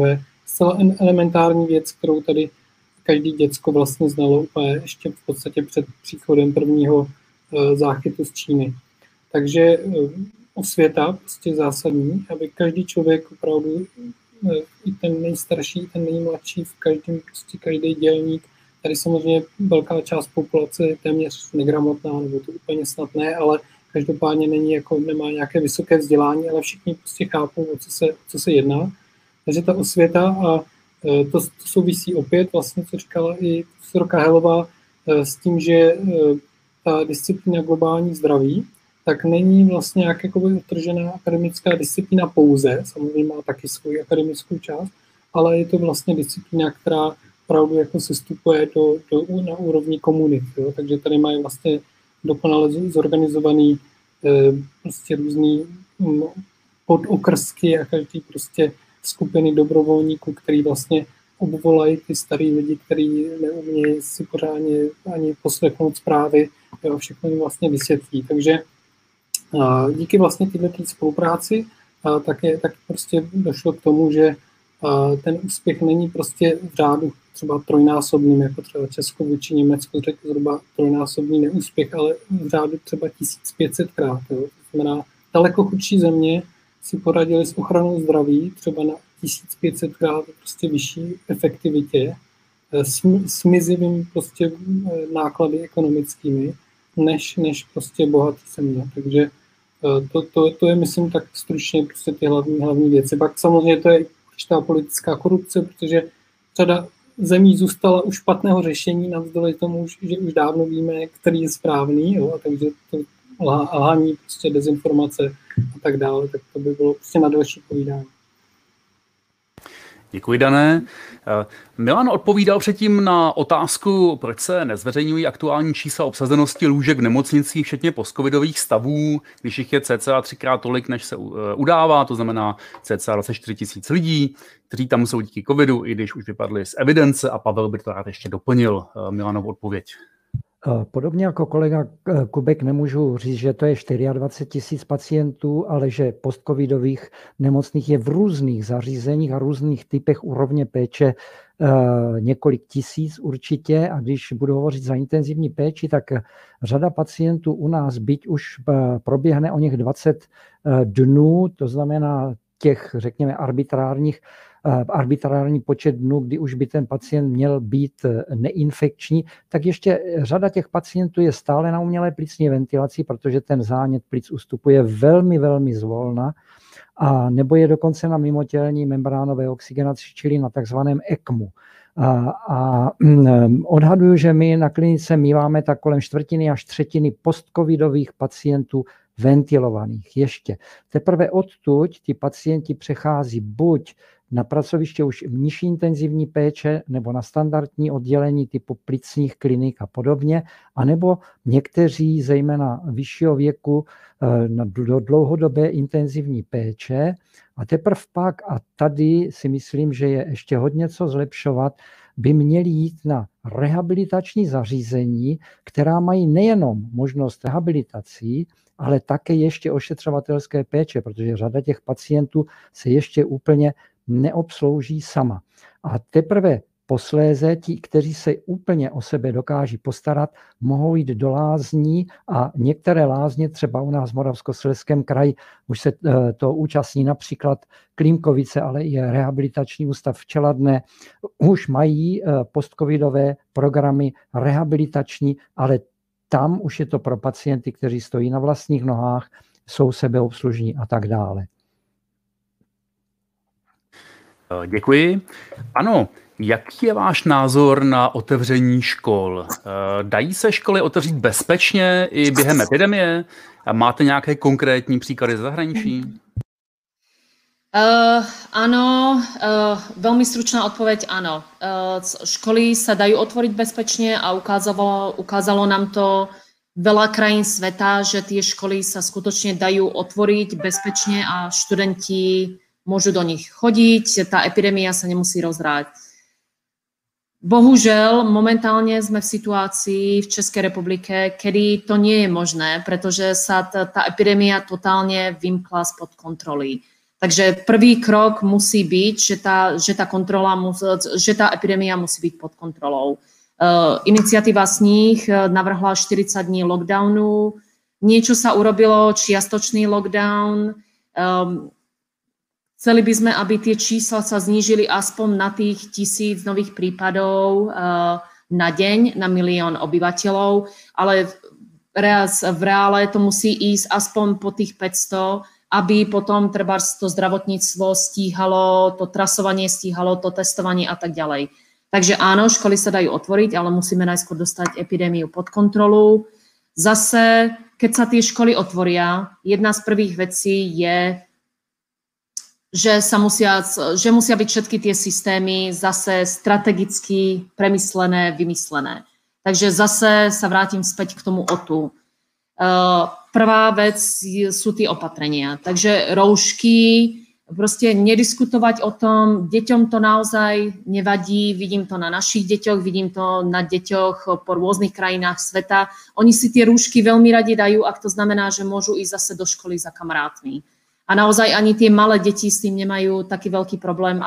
D: zcela elementární věc, kterou tady každý děcko vlastně znalo úplně ještě v podstatě před příchodem prvního záchytu z Číny. Takže osvěta prostě zásadní, aby každý člověk opravdu, i ten nejstarší, i ten nejmladší, každý dělník, tady samozřejmě velká část populace je téměř negramotná, nebo to úplně snad ne, ale každopádně nemá nějaké vysoké vzdělání, ale všichni prostě chápou, o co se jedná. Takže ta osvěta a to souvisí opět vlastně, co říkala i profesorka Helová, s tím, že ta disciplína globální zdraví, tak není vlastně nějak jakoby utržená akademická disciplína pouze, samozřejmě má taky svou akademickou část, ale je to vlastně disciplína, která opravdu jako se vstupuje na úrovni komunity. Jo? Takže tady mají vlastně dokonale zorganizovaný prostě různý podokrsky a každý prostě skupiny dobrovolníků, který vlastně obvolají ty starý lidi, kteří neumějí si pořádně ani poslechnout zprávy, jo, všechno jim vlastně vysvětlí. Takže díky vlastně této spolupráci tak prostě došlo k tomu, že ten úspěch není prostě v řádu třeba trojnásobným, jako třeba Česko vůči Německu, řekl zhruba trojnásobný neúspěch, ale v řádu třeba 1500krát. Jo. To znamená, daleko chudší země si poradili s ochranou zdraví třeba na 1500krát prostě vyšší efektivitě s mizivým prostě náklady ekonomickými, než prostě bohatý země. Takže to je, myslím, tak stručně prostě ty hlavní věci. Pak samozřejmě to je ta politická korupce, protože řada zemí zůstala u špatného řešení, navzdory tomu, že už dávno víme, který je správný, jo, a takže to lhání, prostě dezinformace a tak dále, tak to by bylo prostě na další povídání.
A: Děkuji, Dané. Milan odpovídal předtím na otázku, proč se nezveřejňují aktuální čísla obsazenosti lůžek v nemocnicích, včetně postcovidových stavů, když jich je cca 3x tolik, než se udává, to znamená cca 24 000 lidí, kteří tam jsou díky covidu, i když už vypadli z evidence, a Pavel by to rád ještě doplnil Milanovu odpověď.
B: Podobně jako kolega Kubek nemůžu říct, že to je 24 000 pacientů, ale že postcovidových nemocných je v různých zařízeních a různých typech úrovně péče několik tisíc určitě. A když budu hovořit za intenzivní péči, tak řada pacientů u nás, byť už proběhne o něch 20 dnů, to znamená těch, řekněme, arbitrární počet dnů, kdy už by ten pacient měl být neinfekční, tak ještě řada těch pacientů je stále na umělé plicní ventilaci, protože ten zánět plic ustupuje velmi, velmi zvolna, a nebo je dokonce na mimotělní membránové oxygenaci, čili na takzvaném ECMu. A odhaduju, že my na klinice míváme tak kolem 1/4 až 1/3 postcovidových pacientů ventilovaných ještě. Teprve odtud ti pacienti přechází buď na pracoviště už v nižší intenzivní péče nebo na standardní oddělení typu plicních klinik a podobně, anebo někteří, zejména vyššího věku, do dlouhodobé intenzivní péče. A teprve pak, a tady si myslím, že je ještě hodně co zlepšovat, by měli jít na rehabilitační zařízení, která mají nejenom možnost rehabilitací, ale také ještě ošetřovatelské péče, protože řada těch pacientů se ještě úplně neobslouží sama. A teprve posléze ti, kteří se úplně o sebe dokáží postarat, mohou jít do lázní, a některé lázně, třeba u nás v Moravskoslezském kraji, už se to účastní například Klímkovice, ale i rehabilitační ústav v Čeladné, už mají postcovidové programy rehabilitační, ale tam už je to pro pacienty, kteří stojí na vlastních nohách, jsou sebeobslužní a tak dále.
A: Děkuji. Ano, jaký je váš názor na otevření škol? Dají se školy otevřít bezpečně i během epidemie? Máte nějaké konkrétní příklady ze zahraničí?
C: Áno, veľmi stručná odpoveď áno. Školy sa dajú otvoriť bezpečne a ukázalo nám to veľa krajín sveta, že tie školy sa skutočne dajú otvoriť bezpečne a študenti môžu do nich chodiť, tá epidémia sa nemusí rozhrať. Bohužel momentálne sme v situácii v Českej republike, kedy to nie je možné, pretože sa tá epidémia totálne vymkla spod kontroly. Takže prvý krok musí byť, že tá epidémia musí byť pod kontrolou. Iniciatíva Sníh navrhla 40 dní lockdownu, niečo sa urobilo, čiastočný lockdown. Chceli by sme, aby tie čísla sa znížili aspoň na tých 1000 nových prípadov na deň, na 1 000 000 obyvateľov, ale v reále to musí ísť aspoň po tých 500, aby potom treba to zdravotníctvo stíhalo, to trasovanie stíhalo, to testovanie a tak ďalej. Takže áno, školy sa dajú otvoriť, ale musíme najskôr dostať epidémiu pod kontrolu. Zase, keď sa tie školy otvoria, jedna z prvých vecí je, že musia byť všetky tie systémy zase strategicky premyslené, vymyslené. Takže zase sa vrátim späť k tomu OTU. Prvá vec sú tie opatrenia. Takže roušky, proste nediskutovať o tom, deťom to naozaj nevadí, vidím to na našich deťoch, vidím to na deťoch po rôznych krajinách sveta. Oni si tie rúšky veľmi radi dajú, ak to znamená, že môžu ísť zase do školy za kamarátmi. A naozaj ani tie malé deti s tým nemajú taký veľký problém,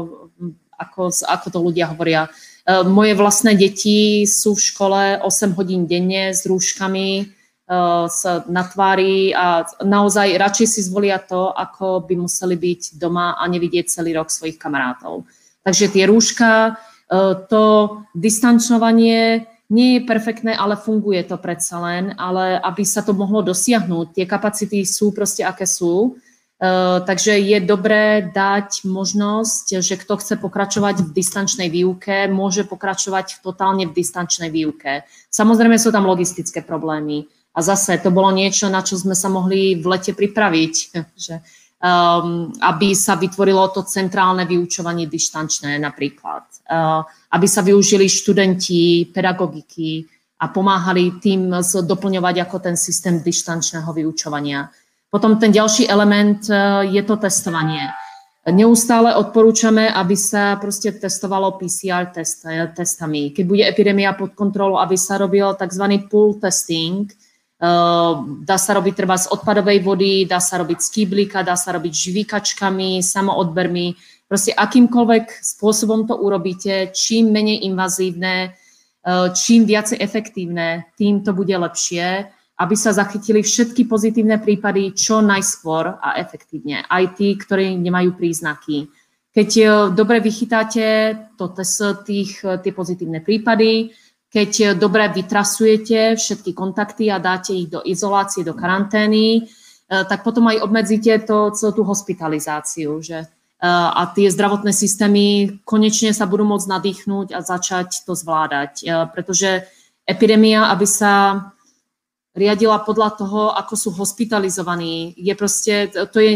C: ako to ľudia hovoria. Moje vlastné deti sú v škole 8 hodín denne s rúškami na tvári a naozaj radšej si zvolia to, ako by museli byť doma a nevidieť celý rok svojich kamarátov. Takže tie rúška, to distančovanie nie je perfektné, ale funguje to predsa len, ale aby sa to mohlo dosiahnuť, tie kapacity sú proste aké sú, takže je dobré dať možnosť, že kto chce pokračovať v distančnej výuke, môže pokračovať totálne v distančnej výuke. Samozrejme sú tam logistické problémy. A zase to bolo niečo, na čo sme sa mohli v lete pripraviť, že, aby sa vytvorilo to centrálne vyučovanie dištančné napríklad. Aby sa využili študenti pedagogiky a pomáhali tým doplňovať ako ten systém dištančného vyučovania. Potom ten ďalší element je to testovanie. Neustále odporúčame, aby sa proste testovalo PCR testami. Keď bude epidémia pod kontrolou, aby sa robil tzv. Pool testing. Dá sa robiť treba z odpadovej vody, dá sa robiť z kyblíka, dá sa robiť žvíkačkami, samoodbermi. Proste akýmkoľvek spôsobom to urobíte, čím menej invazívne, čím viacej efektívne, tým to bude lepšie, aby sa zachytili všetky pozitívne prípady čo najskôr a efektívne. Aj tí, ktorí nemajú príznaky. Keď dobre vychytáte tie pozitívne prípady, keď dobre vytrasujete všetky kontakty a dáte ich do izolácie, do karantény, tak potom aj obmedzíte tú hospitalizáciu. Že? A tie zdravotné systémy konečne sa budú môcť nadýchnúť a začať to zvládať. Pretože epidémia, aby sa riadila podľa toho, ako sú hospitalizovaní, to je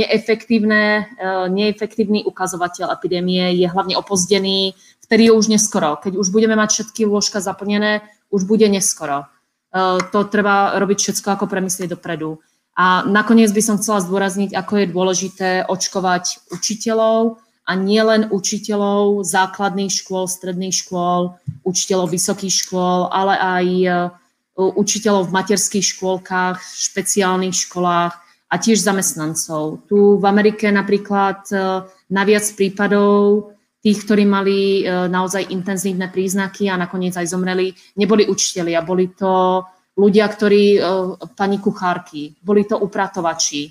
C: neefektívny ukazovateľ epidémie, je hlavne opozdený, vtedy je už neskoro. Keď už budeme mať všetky lôžka zaplnené, už bude neskoro. To treba robiť všetko ako premyslieť dopredu. A nakoniec by som chcela zdôrazniť, ako je dôležité očkovať učiteľov a nielen učiteľov základných škôl, stredných škôl, učiteľov vysokých škôl, ale aj učiteľov v materských škôlkach, špeciálnych školách a tiež zamestnancov. Tu v Amerike napríklad naviac prípadov tých, ktorí mali naozaj intenzívne príznaky a nakoniec aj zomreli, neboli učitelia, boli to ľudia, pani kuchárky, boli to upratovači,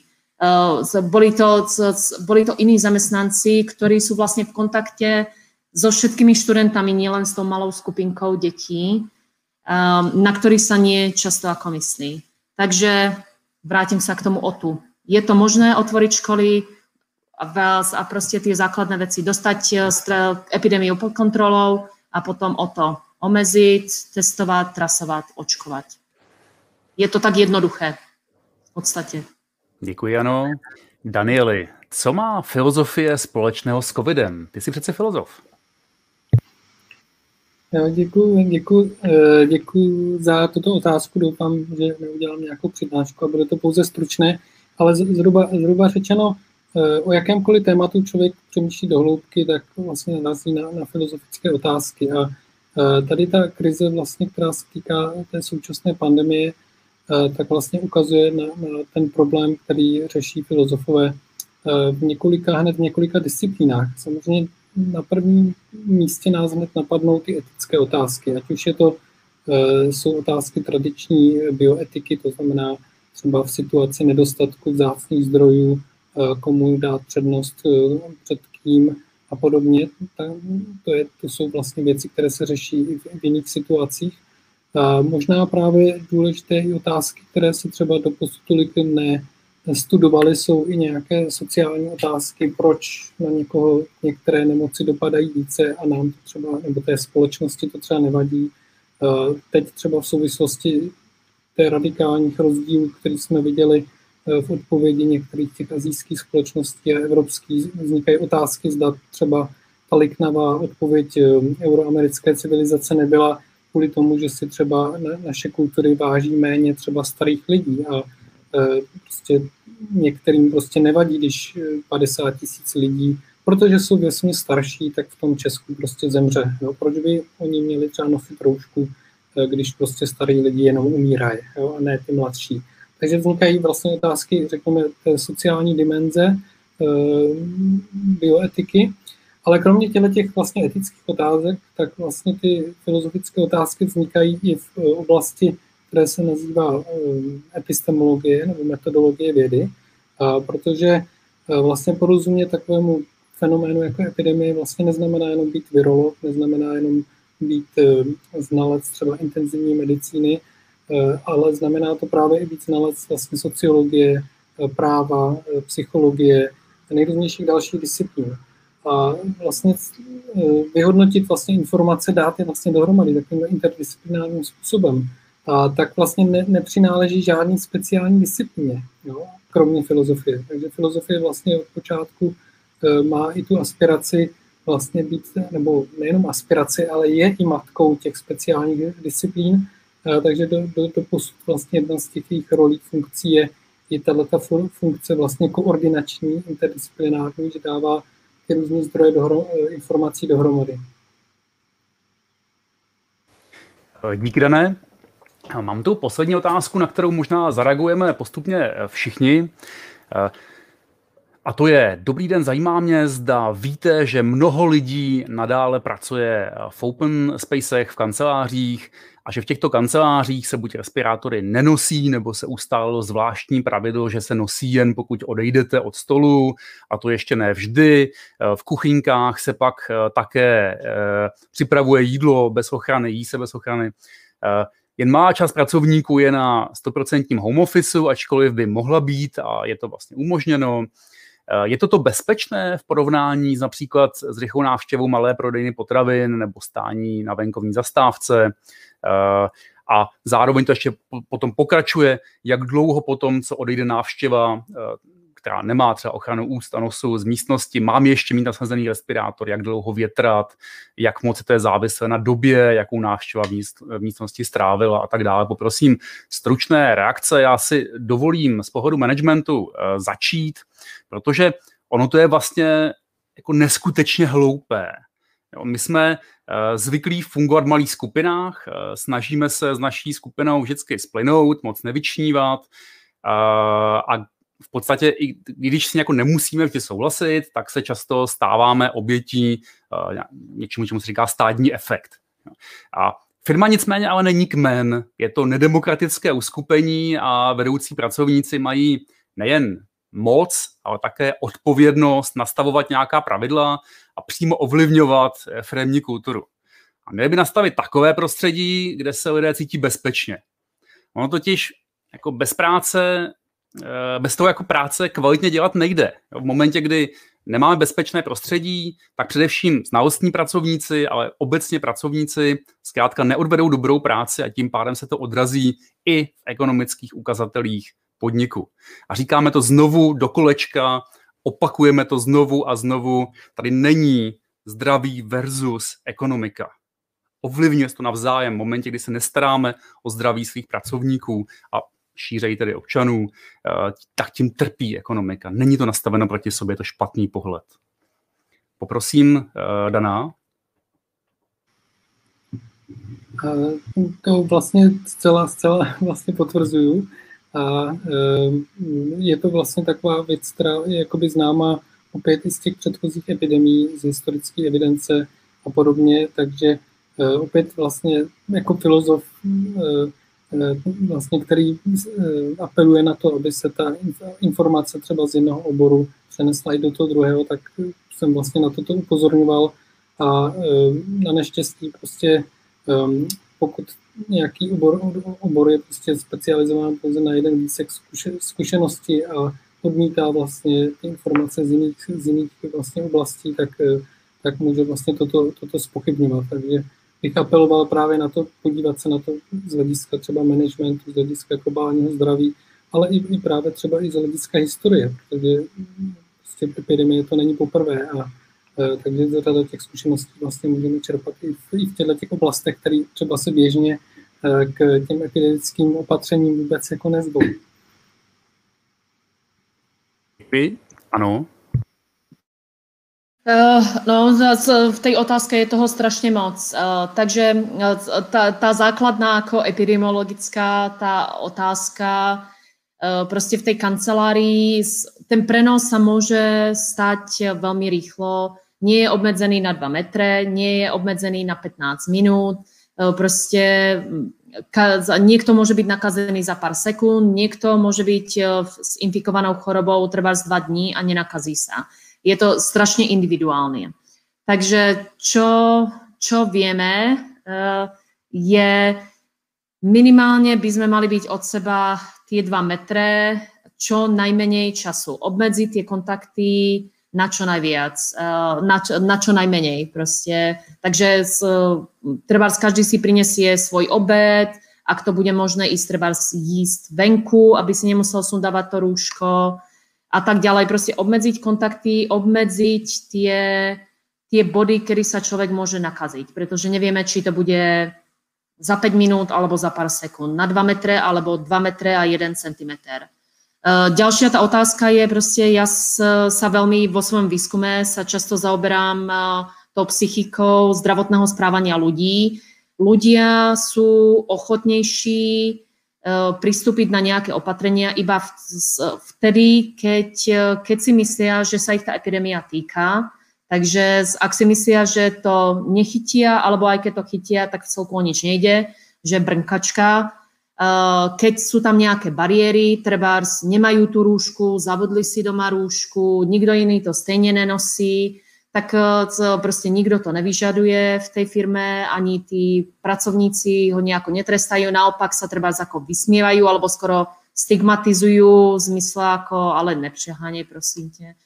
C: boli to iní zamestnanci, ktorí sú vlastne v kontakte so všetkými študentami, nielen s tou malou skupinkou detí, na ktorých sa nie často ako myslí. Takže vrátim sa k tomu OTU. Je to možné otvoriť školy a proste tie základné veci dostať epidémiu pod kontrolou a potom omeziť, testovať, trasovať, očkovať. Je to tak jednoduché v podstatě.
A: Děkuji, Jano. Danieli, co má filozofie společného s covidem? Ty jsi přece filozof.
D: Děkuji za tuto otázku. Doufám, že neudělám nějakou přednášku a bude to pouze stručné, ale zhruba řečeno, o jakémkoliv tématu člověk přemýšlí do hloubky, tak vlastně narazí na filozofické otázky. A tady ta krize, vlastně, která se týká té současné pandemie, tak vlastně ukazuje na ten problém, který řeší filozofové hned v několika disciplínách. Samozřejmě na prvním místě nás hned napadnou ty etické otázky, ať už jsou otázky tradiční bioetiky, to znamená třeba v situaci nedostatku vzácných zdrojů, komu dát přednost před kým a podobně. To jsou vlastně věci, které se řeší i v jiných situacích. Možná právě důležité i otázky, které se třeba doposud tolik nestudovaly, jsou i nějaké sociální otázky, proč na některé nemoci dopadají více a nám to třeba, nebo té společnosti to třeba nevadí. Teď třeba v souvislosti té radikálních rozdílů, který jsme viděli v odpovědi některých těch asijských společností a evropských, vznikají otázky, zda třeba ta liknavá odpověď euroamerické civilizace nebyla kvůli tomu, že si třeba naše kultury váží méně třeba starých lidí a prostě některým prostě nevadí, když 50 000 lidí, protože jsou věcně starší, tak v tom Česku prostě zemře. Jo? Proč by oni měli třeba nosit roušku, když prostě starý lidi jenom umírají, jo? A ne ty mladší. Takže vznikají vlastně otázky, řekněme, té sociální dimenze bioetiky, ale kromě těch vlastně etických otázek, tak vlastně ty filozofické otázky vznikají i v oblasti, které se nazývá epistemologie nebo metodologie vědy, protože vlastně porozumět takovému fenoménu jako epidemie vlastně neznamená jenom být virolog, neznamená jenom být znalec třeba intenzivní medicíny, ale znamená to právě i být znalec vlastně sociologie, práva, psychologie a nejrůznějších dalších disciplín. A vlastně vyhodnotit vlastně informace, dát je vlastně dohromady takovým interdisciplinárním způsobem. A tak vlastně nepřináleží žádný speciální disciplíně, jo, kromě filozofie. Takže filozofie vlastně od počátku má i tu aspiraci vlastně být, nebo nejenom aspiraci, ale je i matkou těch speciálních disciplín. Takže do posud vlastně jedna z těch jejich rolí funkcí je i tato funkce vlastně koordinační, interdisciplinární, že dává ty různé zdroje informací dohromady.
A: Díky, Dané. Mám tu poslední otázku, na kterou možná zareagujeme postupně všichni. A to je, dobrý den, zajímá mě, zda víte, že mnoho lidí nadále pracuje v open spacech, v kancelářích a že v těchto kancelářích se buď respirátory nenosí, nebo se ustálilo zvláštní pravidlo, že se nosí jen pokud odejdete od stolu, a to ještě ne vždy. V kuchyňkách se pak také připravuje jídlo bez ochrany, jí se bez ochrany. Jen má část pracovníků je na 100% home officeu, ačkoliv by mohla být a je to vlastně umožněno. Je toto bezpečné v porovnání například s rychlou návštěvou malé prodejny potravin nebo stání na venkovní zastávce? A zároveň to ještě potom pokračuje, jak dlouho potom, co odejde návštěva, která nemá třeba ochranu úst a nosu z místnosti, mám ještě mít nasazený respirátor, jak dlouho větrat, jak moc to je závislé na době, jakou návštěva v místnosti strávila a tak dále. Poprosím stručné reakce. Já si dovolím z pohledu managementu začít, protože ono to je vlastně jako neskutečně hloupé. My jsme zvyklí fungovat v malých skupinách, snažíme se s naší skupinou vždycky splynout, moc nevyčnívat a v podstatě, i když si jako nemusíme vždy souhlasit, tak se často stáváme obětí něčemu, čemu se říká stádní efekt. A firma nicméně ale není kmen, je to nedemokratické uskupení a vedoucí pracovníci mají nejen moc, ale také odpovědnost nastavovat nějaká pravidla a přímo ovlivňovat firemní kulturu. A měli by nastavit takové prostředí, kde se lidé cítí bezpečně. Ono totiž jako bez toho jako práce kvalitně dělat nejde. V momentě, kdy nemáme bezpečné prostředí, tak především znalostní pracovníci, ale obecně pracovníci zkrátka neodvedou dobrou práci a tím pádem se to odrazí i v ekonomických ukazatelích podniku. A říkáme to znovu do kolečka, opakujeme to znovu a znovu. Tady není zdraví versus ekonomika. Ovlivňuje to navzájem v momentě, kdy se nestaráme o zdraví svých pracovníků a šířejí tedy občanů, tak tím trpí ekonomika. Není to nastaveno proti sobě, je to špatný pohled. Poprosím Dana.
D: To vlastně zcela vlastně potvrzuju. A je to vlastně taková věc, která je jakoby známá opět i z těch předchozích epidemií, z historické evidence a podobně, takže opět vlastně jako filozof, vlastně, který apeluje na to, aby se ta informace třeba z jednoho oboru přenesla i do toho druhého, tak jsem vlastně na toto upozorňoval a na neštěstí prostě pokud nějaký obor je prostě specializován pouze na jeden výsek zkušenosti a odmítá vlastně ty informace z jiných vlastně oblastí, tak může vlastně toto zpochybňovat. Takže bych apeloval právě na to, podívat se na to z hlediska třeba managementu, z hlediska globálního zdraví, ale i právě třeba i z hlediska historie, protože prostě epidemie to není poprvé takže řada těch zkušeností vlastně můžeme čerpat i v těchto oblastech, které třeba se běžně k těm epidemickým opatřením vůbec jako nezvou.
A: Děkuji. Ano.
C: No, v tej otázke je toho strašne moc. Takže tá základná ako epidemiologická, tá otázka proste v tej kancelárii, ten prenos sa môže stať veľmi rýchlo. Nie je obmedzený na 2 metre, nie je obmedzený na 15 minút. Proste niekto môže byť nakazený za pár sekúnd, niekto môže byť s infikovanou chorobou trvá 2 dní a nenakazí sa. Je to strašne individuálne. Takže čo vieme, je minimálne by sme mali byť od seba tie 2 metre, čo najmenej času. Obmedziť tie kontakty na čo najviac, na čo najmenej proste. Takže trebárs každý si prinesie svoj obed, ak to bude možné ísť trebárs jísť venku, aby si nemusel sundávať to rúško a tak ďalej. Proste obmedziť kontakty, obmedziť tie body, kedy sa človek môže nakaziť, pretože nevieme, či to bude za 5 minút alebo za pár sekúnd, na 2 metre alebo 2 metre a 1 centimeter. Ďalšia tá otázka je proste, ja sa veľmi vo svojom výskume sa často zaoberám tou psychikou zdravotného správania ľudí. Ľudia sú ochotnejší pristúpiť na nejaké opatrenia iba vtedy, keď si myslia, že sa ich tá epidémia týka. Takže ak si myslia, že to nechytia, alebo aj keď to chytia, tak celkovo nič nejde, že brnkačka. Keď sú tam nejaké bariéry, trebárs nemajú tú rúšku, zavodli si doma rúšku, nikto iný to stejne nenosí, tak proste nikto to nevyžaduje v tej firme, ani tí pracovníci ho nejako netrestajú, naopak sa trebárs ako vysmievajú alebo skoro stigmatizujú v zmysle ako, ale nepřehánej, prosím te.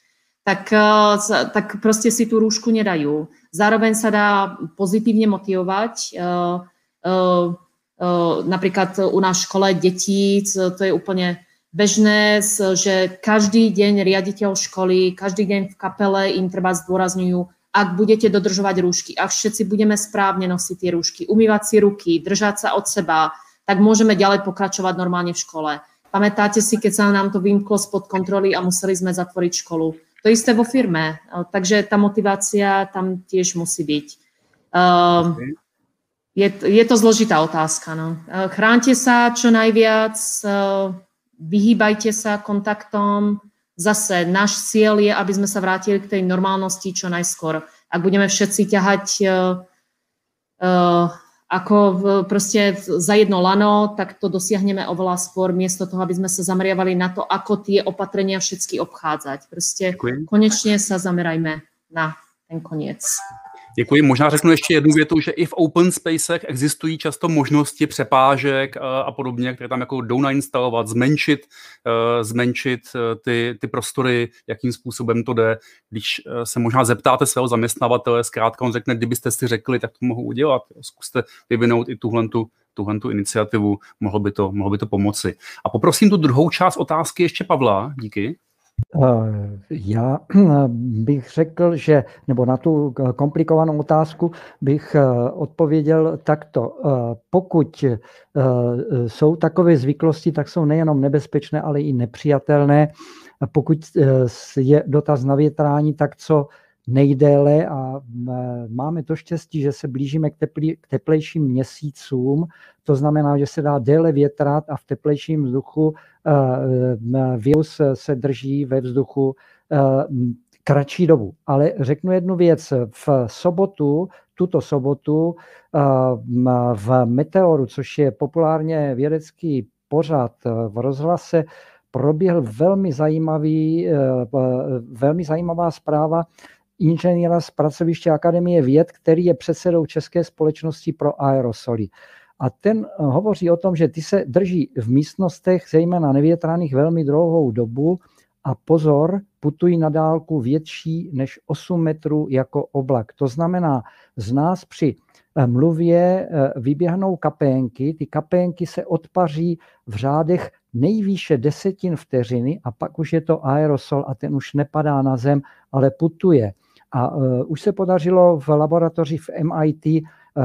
C: Tak proste si tú rúšku nedajú. Zároveň sa dá pozitívne motivovať. Napríklad u nás v škole detí, to je úplne bežné, že každý deň riaditeľ školy, každý deň v kapele im treba zdôrazňujú, ak budete dodržovať rúšky, ak všetci budeme správne nosiť tie rúšky, umývať si ruky, držať sa od seba, tak môžeme ďalej pokračovať normálne v škole. Pamätáte si, keď sa nám to vymklo spod kontroly a museli sme zatvoriť školu? To isté vo firme, takže tá motivácia tam tiež musí byť. Je to zložitá otázka. No. Chránte sa čo najviac, vyhýbajte sa kontaktom. Zase náš cieľ je, aby sme sa vrátili k tej normálnosti čo najskôr. Ak budeme všetci ťahať ako proste za jedno lano, tak to dosiahneme oveľa skôr, miesto toho, aby sme sa zameriavali na to, ako tie opatrenia všetky obchádzať. Proste konečne sa zamerajme na ten koniec.
A: Děkuji. Možná řeknu ještě jednu větu, že i v open spacech existují často možnosti přepážek a podobně, které tam jako jdou nainstalovat, zmenšit ty prostory, jakým způsobem to jde. Když se možná zeptáte svého zaměstnavatele, zkrátka on řekne, kdybyste si řekli, tak to mohu udělat. Zkuste vyvinout i tuhlentu iniciativu, mohlo by to pomoci. A poprosím tu druhou část otázky ještě Pavla. Díky.
B: Já bych řekl, že, nebo na tu komplikovanou otázku bych odpověděl takto. Pokud jsou takové zvyklosti, tak jsou nejenom nebezpečné, ale i nepřijatelné. Pokud je dotaz na větrání, tak co nejdéle a máme to štěstí, že se blížíme k teplejším měsícům. To znamená, že se dá déle větrat a v teplejším vzduchu virus se drží ve vzduchu kratší dobu. Ale řeknu jednu věc. Tuto sobotu v Meteoru, což je populárně vědecký pořad v rozhlase, proběhl velmi zajímavá zpráva inženýra z pracoviště Akademie věd, který je předsedou České společnosti pro aerosoly. A ten hovoří o tom, že ty se drží v místnostech, zejména nevětraných, velmi dlouhou dobu a pozor, putují na dálku větší než 8 metrů jako oblak. To znamená, z nás při mluvě vyběhnou kapénky, ty kapénky se odpaří v řádech nejvýše desetin vteřiny a pak už je to aerosol a ten už nepadá na zem, ale putuje. A už se podařilo v laboratoři v MIT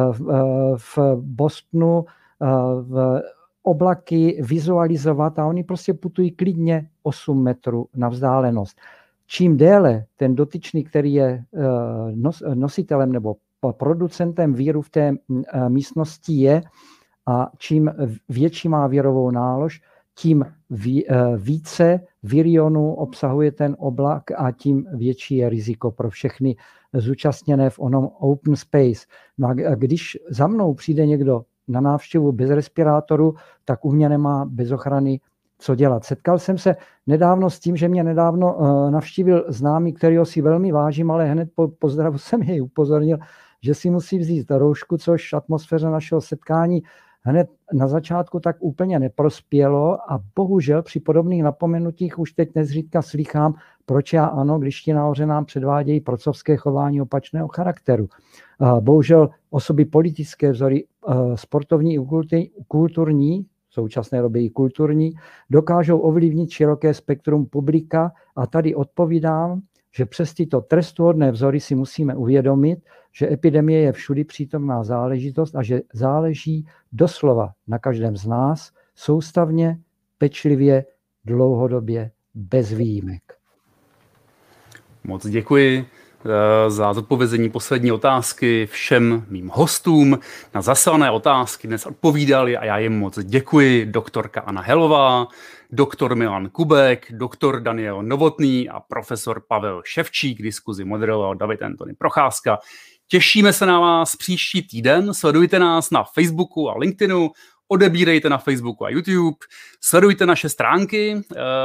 B: v Bostonu v oblaky vizualizovat a oni prostě putují klidně 8 metrů na vzdálenost. Čím déle ten dotyčný, který je nositelem nebo producentem víru v té místnosti je a čím větší má virovou nálož, tím více virionů obsahuje ten oblak a tím větší je riziko pro všechny zúčastněné v onom open space. No a když za mnou přijde někdo na návštěvu bez respirátoru, tak u mě nemá bez ochrany co dělat. Setkal jsem se nedávno s tím, že mě nedávno navštívil známý, kterýho si velmi vážím, ale hned po pozdravu jsem jej upozornil, že si musí vzít roušku, což atmosféře našeho setkání hned na začátku tak úplně neprospělo a bohužel při podobných napomenutích už teď nezřídka slýchám, proč já ano, když ti nahoře nám předvádějí procovské chování opačného charakteru. Bohužel osoby politické vzory, sportovní i kulturní, v současné době i kulturní, dokážou ovlivnit široké spektrum publika a tady odpovídám, že přes tyto trestuhodné vzory si musíme uvědomit, že epidemie je všudy přítomná záležitost a že záleží doslova na každém z nás soustavně, pečlivě, dlouhodobě, bez výjimek.
A: Moc děkuji za zodpovězení poslední otázky všem mým hostům. Na zaslané otázky dnes odpovídali a já jim moc děkuji. Doktorka Anna Helová, doktor Milan Kubek, doktor Daniel Novotný a profesor Pavel Ševčík. Diskuzi moderoval David Antony Procházka. Těšíme se na vás příští týden. Sledujte nás na Facebooku a LinkedInu. Odebírejte na Facebooku a YouTube, sledujte naše stránky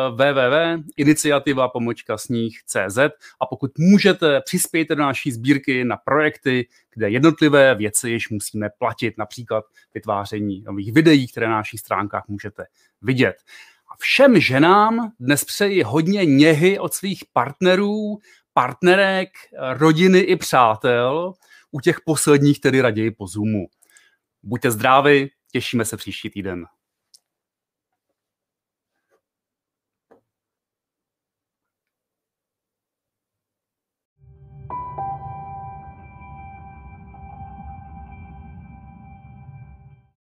A: www.iniciativa.snih.cz a pokud můžete, přispějte do naší sbírky na projekty, kde jednotlivé věci již musíme platit, například vytváření nových videí, které na našich stránkách můžete vidět. A všem ženám dnes přeji hodně něhy od svých partnerů, partnerek, rodiny i přátel, u těch posledních tedy raději po Zoomu. Buďte zdraví, těšíme se příští týden.